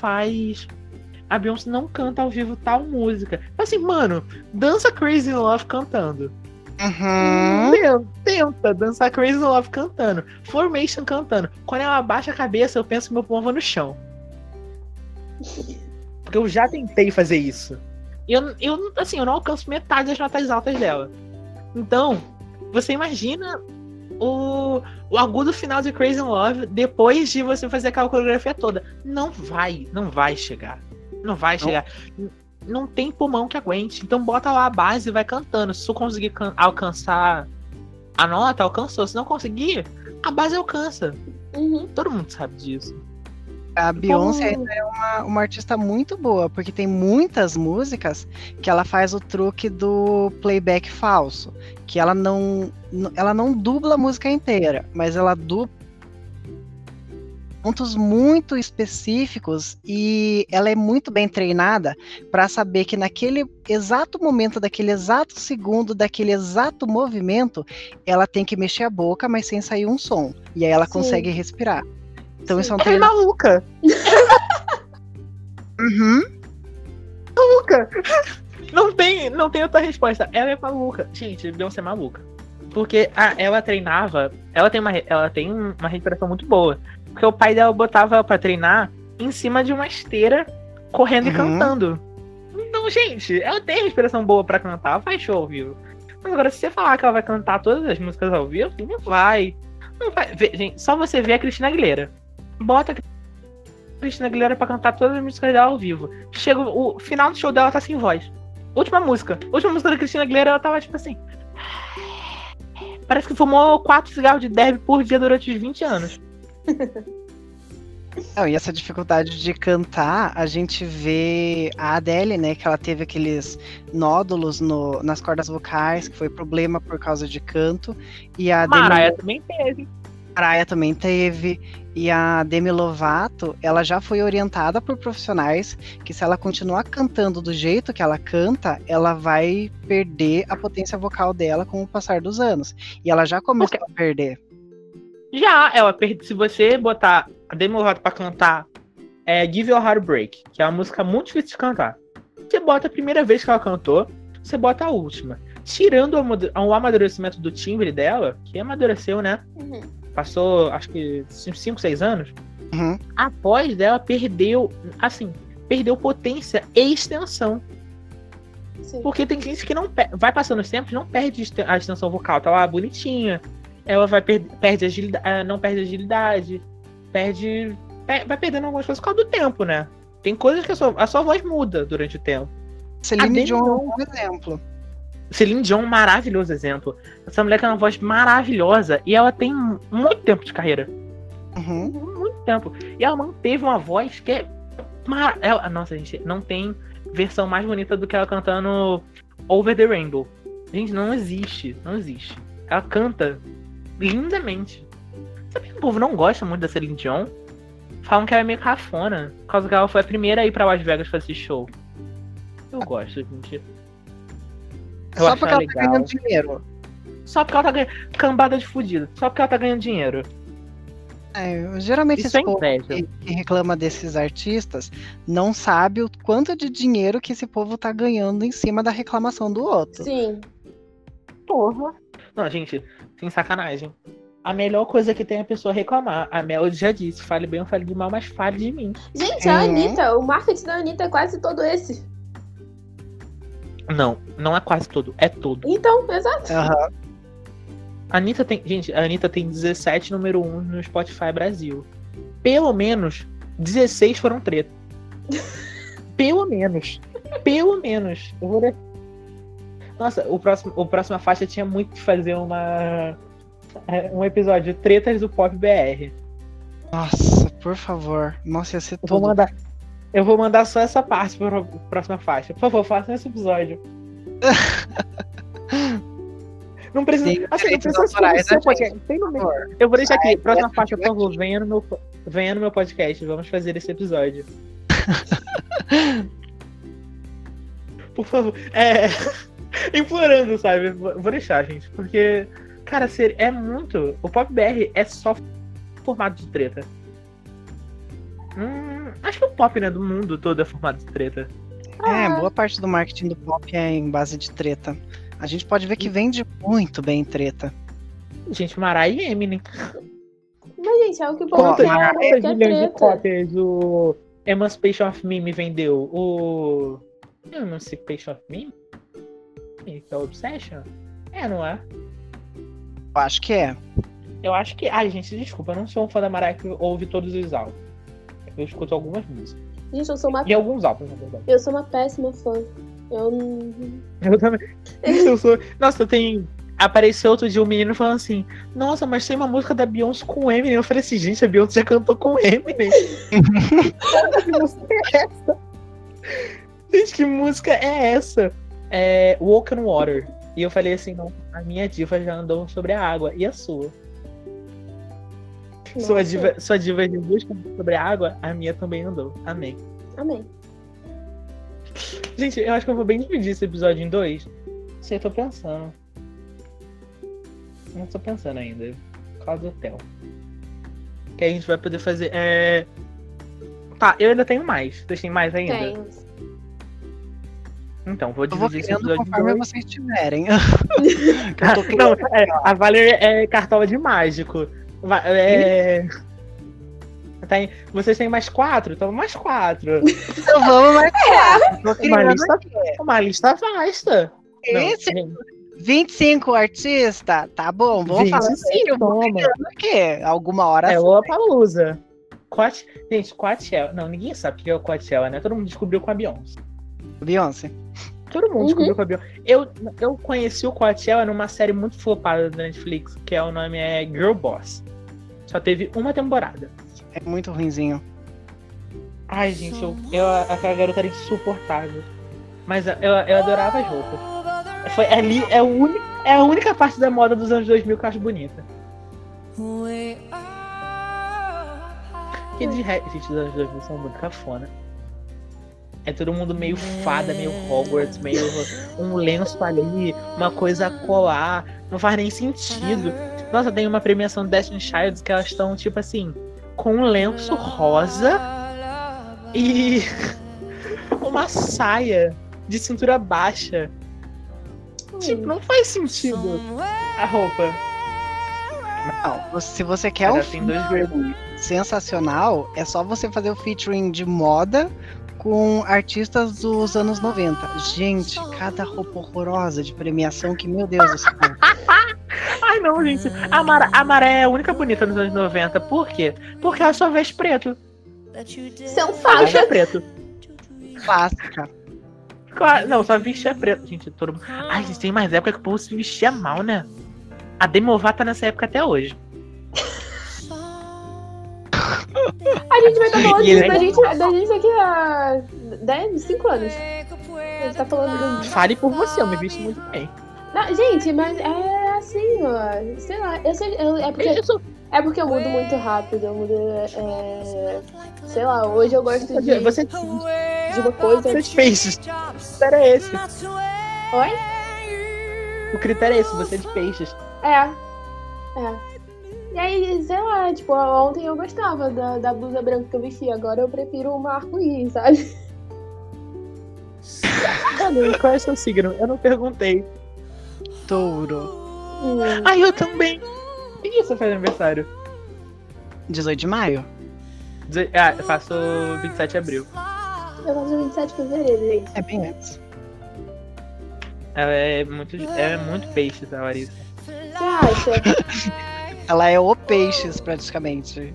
não canta ao vivo tal música. Assim, mano, dança Crazy in Love cantando. Tenta dançar Crazy in Love cantando. Formation cantando. Quando ela abaixa a cabeça, eu penso que meu povo no chão. Porque eu já tentei fazer isso. Eu não alcanço metade das notas altas dela. Então, você imagina o agudo final de Crazy in Love depois de você fazer aquela coreografia toda. Não vai chegar. Não vai chegar. Não tem pulmão que aguente. Então bota lá a base e vai cantando. Se tu conseguir alcançar a nota, alcançou. Se não conseguir, a base alcança. Todo mundo sabe disso. A Beyoncé é uma artista muito boa, porque tem muitas músicas que ela faz o truque do playback falso, que ela não dubla a música inteira, mas ela dubla pontos muito específicos e ela é muito bem treinada para saber que naquele exato momento, daquele exato segundo, daquele exato movimento, ela tem que mexer a boca, mas sem sair um som, e aí ela consegue respirar. Então isso é um treino... Ela é maluca! Maluca! Não tem outra resposta. Ela é maluca. Gente, Beyoncé é maluca. Porque ela treinava... Ela tem uma respiração muito boa. Porque o pai dela botava ela pra treinar em cima de uma esteira, correndo e cantando. Então, gente, ela tem respiração boa pra cantar. Ela faz show ao vivo. Mas agora, se você falar que ela vai cantar todas as músicas ao vivo, não vai. Não vai. Gente, só você ver a Christina Aguilera. Bota a Christina Aguilera pra cantar todas as músicas dela ao vivo. Chega o final do show dela, tá sem voz. Última música da Christina Aguilera, ela tava tipo assim. Parece que fumou 4 cigarros de derby por dia durante os 20 anos. Não, e essa dificuldade de cantar, a gente vê a Adele, né, que ela teve aqueles nódulos nas cordas vocais, que foi problema por causa de canto. E a Mariah também teve. Mariah também teve, e a Demi Lovato, ela já foi orientada por profissionais que se ela continuar cantando do jeito que ela canta, ela vai perder a potência vocal dela com o passar dos anos. E ela já começou a perder. Já, se você botar a Demi Lovato pra cantar Give Your Heart a Break, que é uma música muito difícil de cantar, você bota a primeira vez que ela cantou, você bota a última. Tirando o amadurecimento do timbre dela, que amadureceu, né? Passou, acho que 5, 6 anos. A voz dela perdeu potência e extensão. Sim. Porque tem gente que não vai passando os tempos, não perde a extensão vocal, tá lá bonitinha. ela perde agilidade, não perde agilidade, vai perdendo algumas coisas por causa do tempo, né? Tem coisas que a sua voz muda durante o tempo. Celine Dion é um exemplo. Celine Dion, um maravilhoso exemplo. Essa mulher tem uma voz maravilhosa e ela tem muito tempo de carreira. Uhum. Muito tempo. E ela manteve uma voz que é nossa, gente, não tem versão mais bonita do que ela cantando Over the Rainbow. Gente, não existe. Ela canta lindamente. Sabe que o povo não gosta muito da Celine Dion? Falam que ela é meio cafona, por causa que ela foi a primeira a ir pra Las Vegas fazer show. Eu gosto, gente. Só porque ela tá ganhando dinheiro. Só porque ela tá ganhando... Cambada de fudida. Só porque ela tá ganhando dinheiro. Geralmente isso esse povo que reclama desses artistas não sabe o quanto de dinheiro que esse povo tá ganhando em cima da reclamação do outro. Sim. Porra. Não, gente, sem sacanagem. A melhor coisa que tem é a pessoa reclamar. A Melody já disse, fale bem ou fale de mal, mas fale de mim. Gente, a Anitta, o marketing da Anitta é quase todo esse. Não é quase todo, é todo. Então, exato. Uhum. A Anitta tem 17 número 1 no Spotify Brasil. Pelo menos 16 foram treta. Pelo menos. Eu vou ver. Nossa, o próxima faixa tinha muito que fazer um episódio de tretas do Pop BR. Nossa, por favor. Nossa, ia ser tudo. Eu vou mandar só essa parte para a próxima faixa. Por favor, faça esse episódio. Não precisa. Assim, não precisa ser podcast. Eu vou deixar aqui. Próxima faixa, por favor, venha no meu podcast. Vamos fazer esse episódio. Por favor. Implorando, sabe? Vou deixar, gente. Porque, cara, é muito. O Pop BR é só formato de treta. Acho que o pop, né, do mundo todo é formato de treta. Boa parte do marketing do pop é em base de treta. A gente pode ver que vende muito bem treta. Gente, Mariah e Eminem. Mas, gente, é o que o povo fala, quantas milhões de cópias o Emancipation of Me vendeu? O Emancipation of Me? Que é o Obsession? Não é? Eu acho que é. Eu acho que... Ai, gente, desculpa, eu não sou um fã da Mariah que ouve todos os álbuns. Eu escuto algumas músicas. Gente, eu sou uma... E alguns álbuns, na verdade. Eu sou uma péssima fã. Eu também. Nossa, apareceu outro dia um menino falando assim: nossa, mas tem uma música da Beyoncé com o Eminem. Eu falei assim: gente, a Beyoncé já cantou com o Eminem. Que música é essa? Gente, que música é essa? É Walk on Water. E eu falei assim: não, a minha diva já andou sobre a água. E a sua? Sua diva de busca sobre a água, a minha também andou. Amém. Gente, eu acho que eu vou bem dividir esse episódio em 2. Sei, eu tô pensando. Não tô pensando ainda. Por causa do hotel. Que a gente vai poder fazer. Tá, eu ainda tenho mais. Vocês têm mais ainda? Tenho. Então, vou dividir esse episódio conforme em 2. Vocês tiverem. A Valerie é cartola de mágico. Vocês têm mais 4? Então mais 4. Então vamos mais 4. Uma lista vasta. Esse? 25 artistas? Tá bom, vamos falar assim. Eu vou aqui. Alguma hora. É Lollapalooza. Gente, Coachella. Não, ninguém sabe o que é o Coachella, né? Todo mundo descobriu com a Beyoncé. Todo mundo descobriu com a Beyoncé. Eu conheci o Coachella numa série muito flopada da Netflix, que o nome é Girl Boss. Só teve uma temporada. É muito ruinzinho. Ai, gente, aquela garota era insuportável. Mas eu adorava as roupas. Foi ali, é a única parte da moda dos anos 2000 que eu acho bonita. Porque de resto, gente, os anos 2000 são muito cafona. É todo mundo meio fada, meio Hogwarts, meio um lenço ali, uma coisa a colar. Não faz nem sentido. Nossa, tem uma premiação do Destiny Child que elas estão, tipo assim, com um lenço rosa e uma saia de cintura baixa. Tipo, não faz sentido a roupa. Não, se você quer um filme sensacional, é só você fazer o featuring de moda com artistas dos anos 90. Gente, cada roupa horrorosa de premiação que, meu Deus do céu. Ai, não, gente. A Mara é a única bonita nos anos 90. Por quê? Porque ela só veste preto. São Só vestia fatos. preto. Clássica. Claro, não, só vestia preto, gente. Todo mundo... Ai, gente, tem mais época que o povo se vestia mal, né? A Demi Lovato tá nessa época até hoje. A gente vai estar falando E ele disso é da gente daqui a 5 anos. A gente tá falando do... Fale por você, eu me visto muito bem. Não, gente, mas é assim, ó. Sei lá, é porque eu mudo muito rápido. Eu mudo. Sei lá, hoje eu gosto de uma coisa. Você fez. O critério é esse. Oi? O critério é esse, você é de peixes. É. E aí, sei lá, tipo, ontem eu gostava da blusa branca que eu vestia. Agora eu prefiro uma arco-íris, sabe? Mano, qual é o seu signo? Eu não perguntei. Touro. Ai, eu também. Que dia você faz aniversário? 18 de maio. Eu faço 27 de abril. Eu faço 27 de fevereiro, gente. É bem antes. Ela é muito peixe, a Larissa. Você acha? Ela é o peixes, praticamente.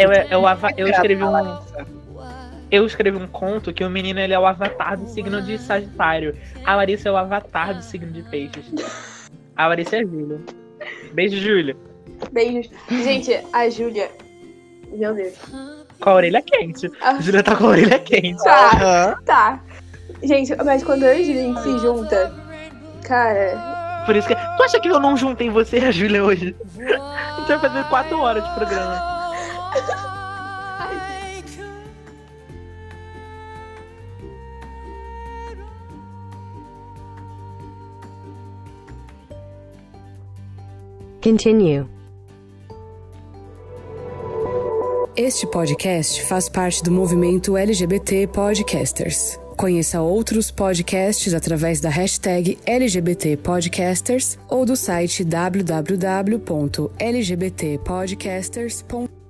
Eu escrevi um conto que o menino ele é o avatar do signo de Sagitário. A Larissa é o avatar do signo de peixes. A Larissa é a Júlia. Beijo, Júlia. Beijos. Gente, a Júlia. Meu Deus. Com a orelha quente. A Júlia tá com a orelha quente. Tá. Gente, mas quando eu e a Júlia a gente se junta, cara. Por isso que. Tu acha que eu não juntei você e a Júlia hoje? A gente vai fazer 4 horas de programa. Continue. Este podcast faz parte do movimento LGBT Podcasters. Conheça outros podcasts através da hashtag LGBT Podcasters ou do site www.lgbtpodcasters.com.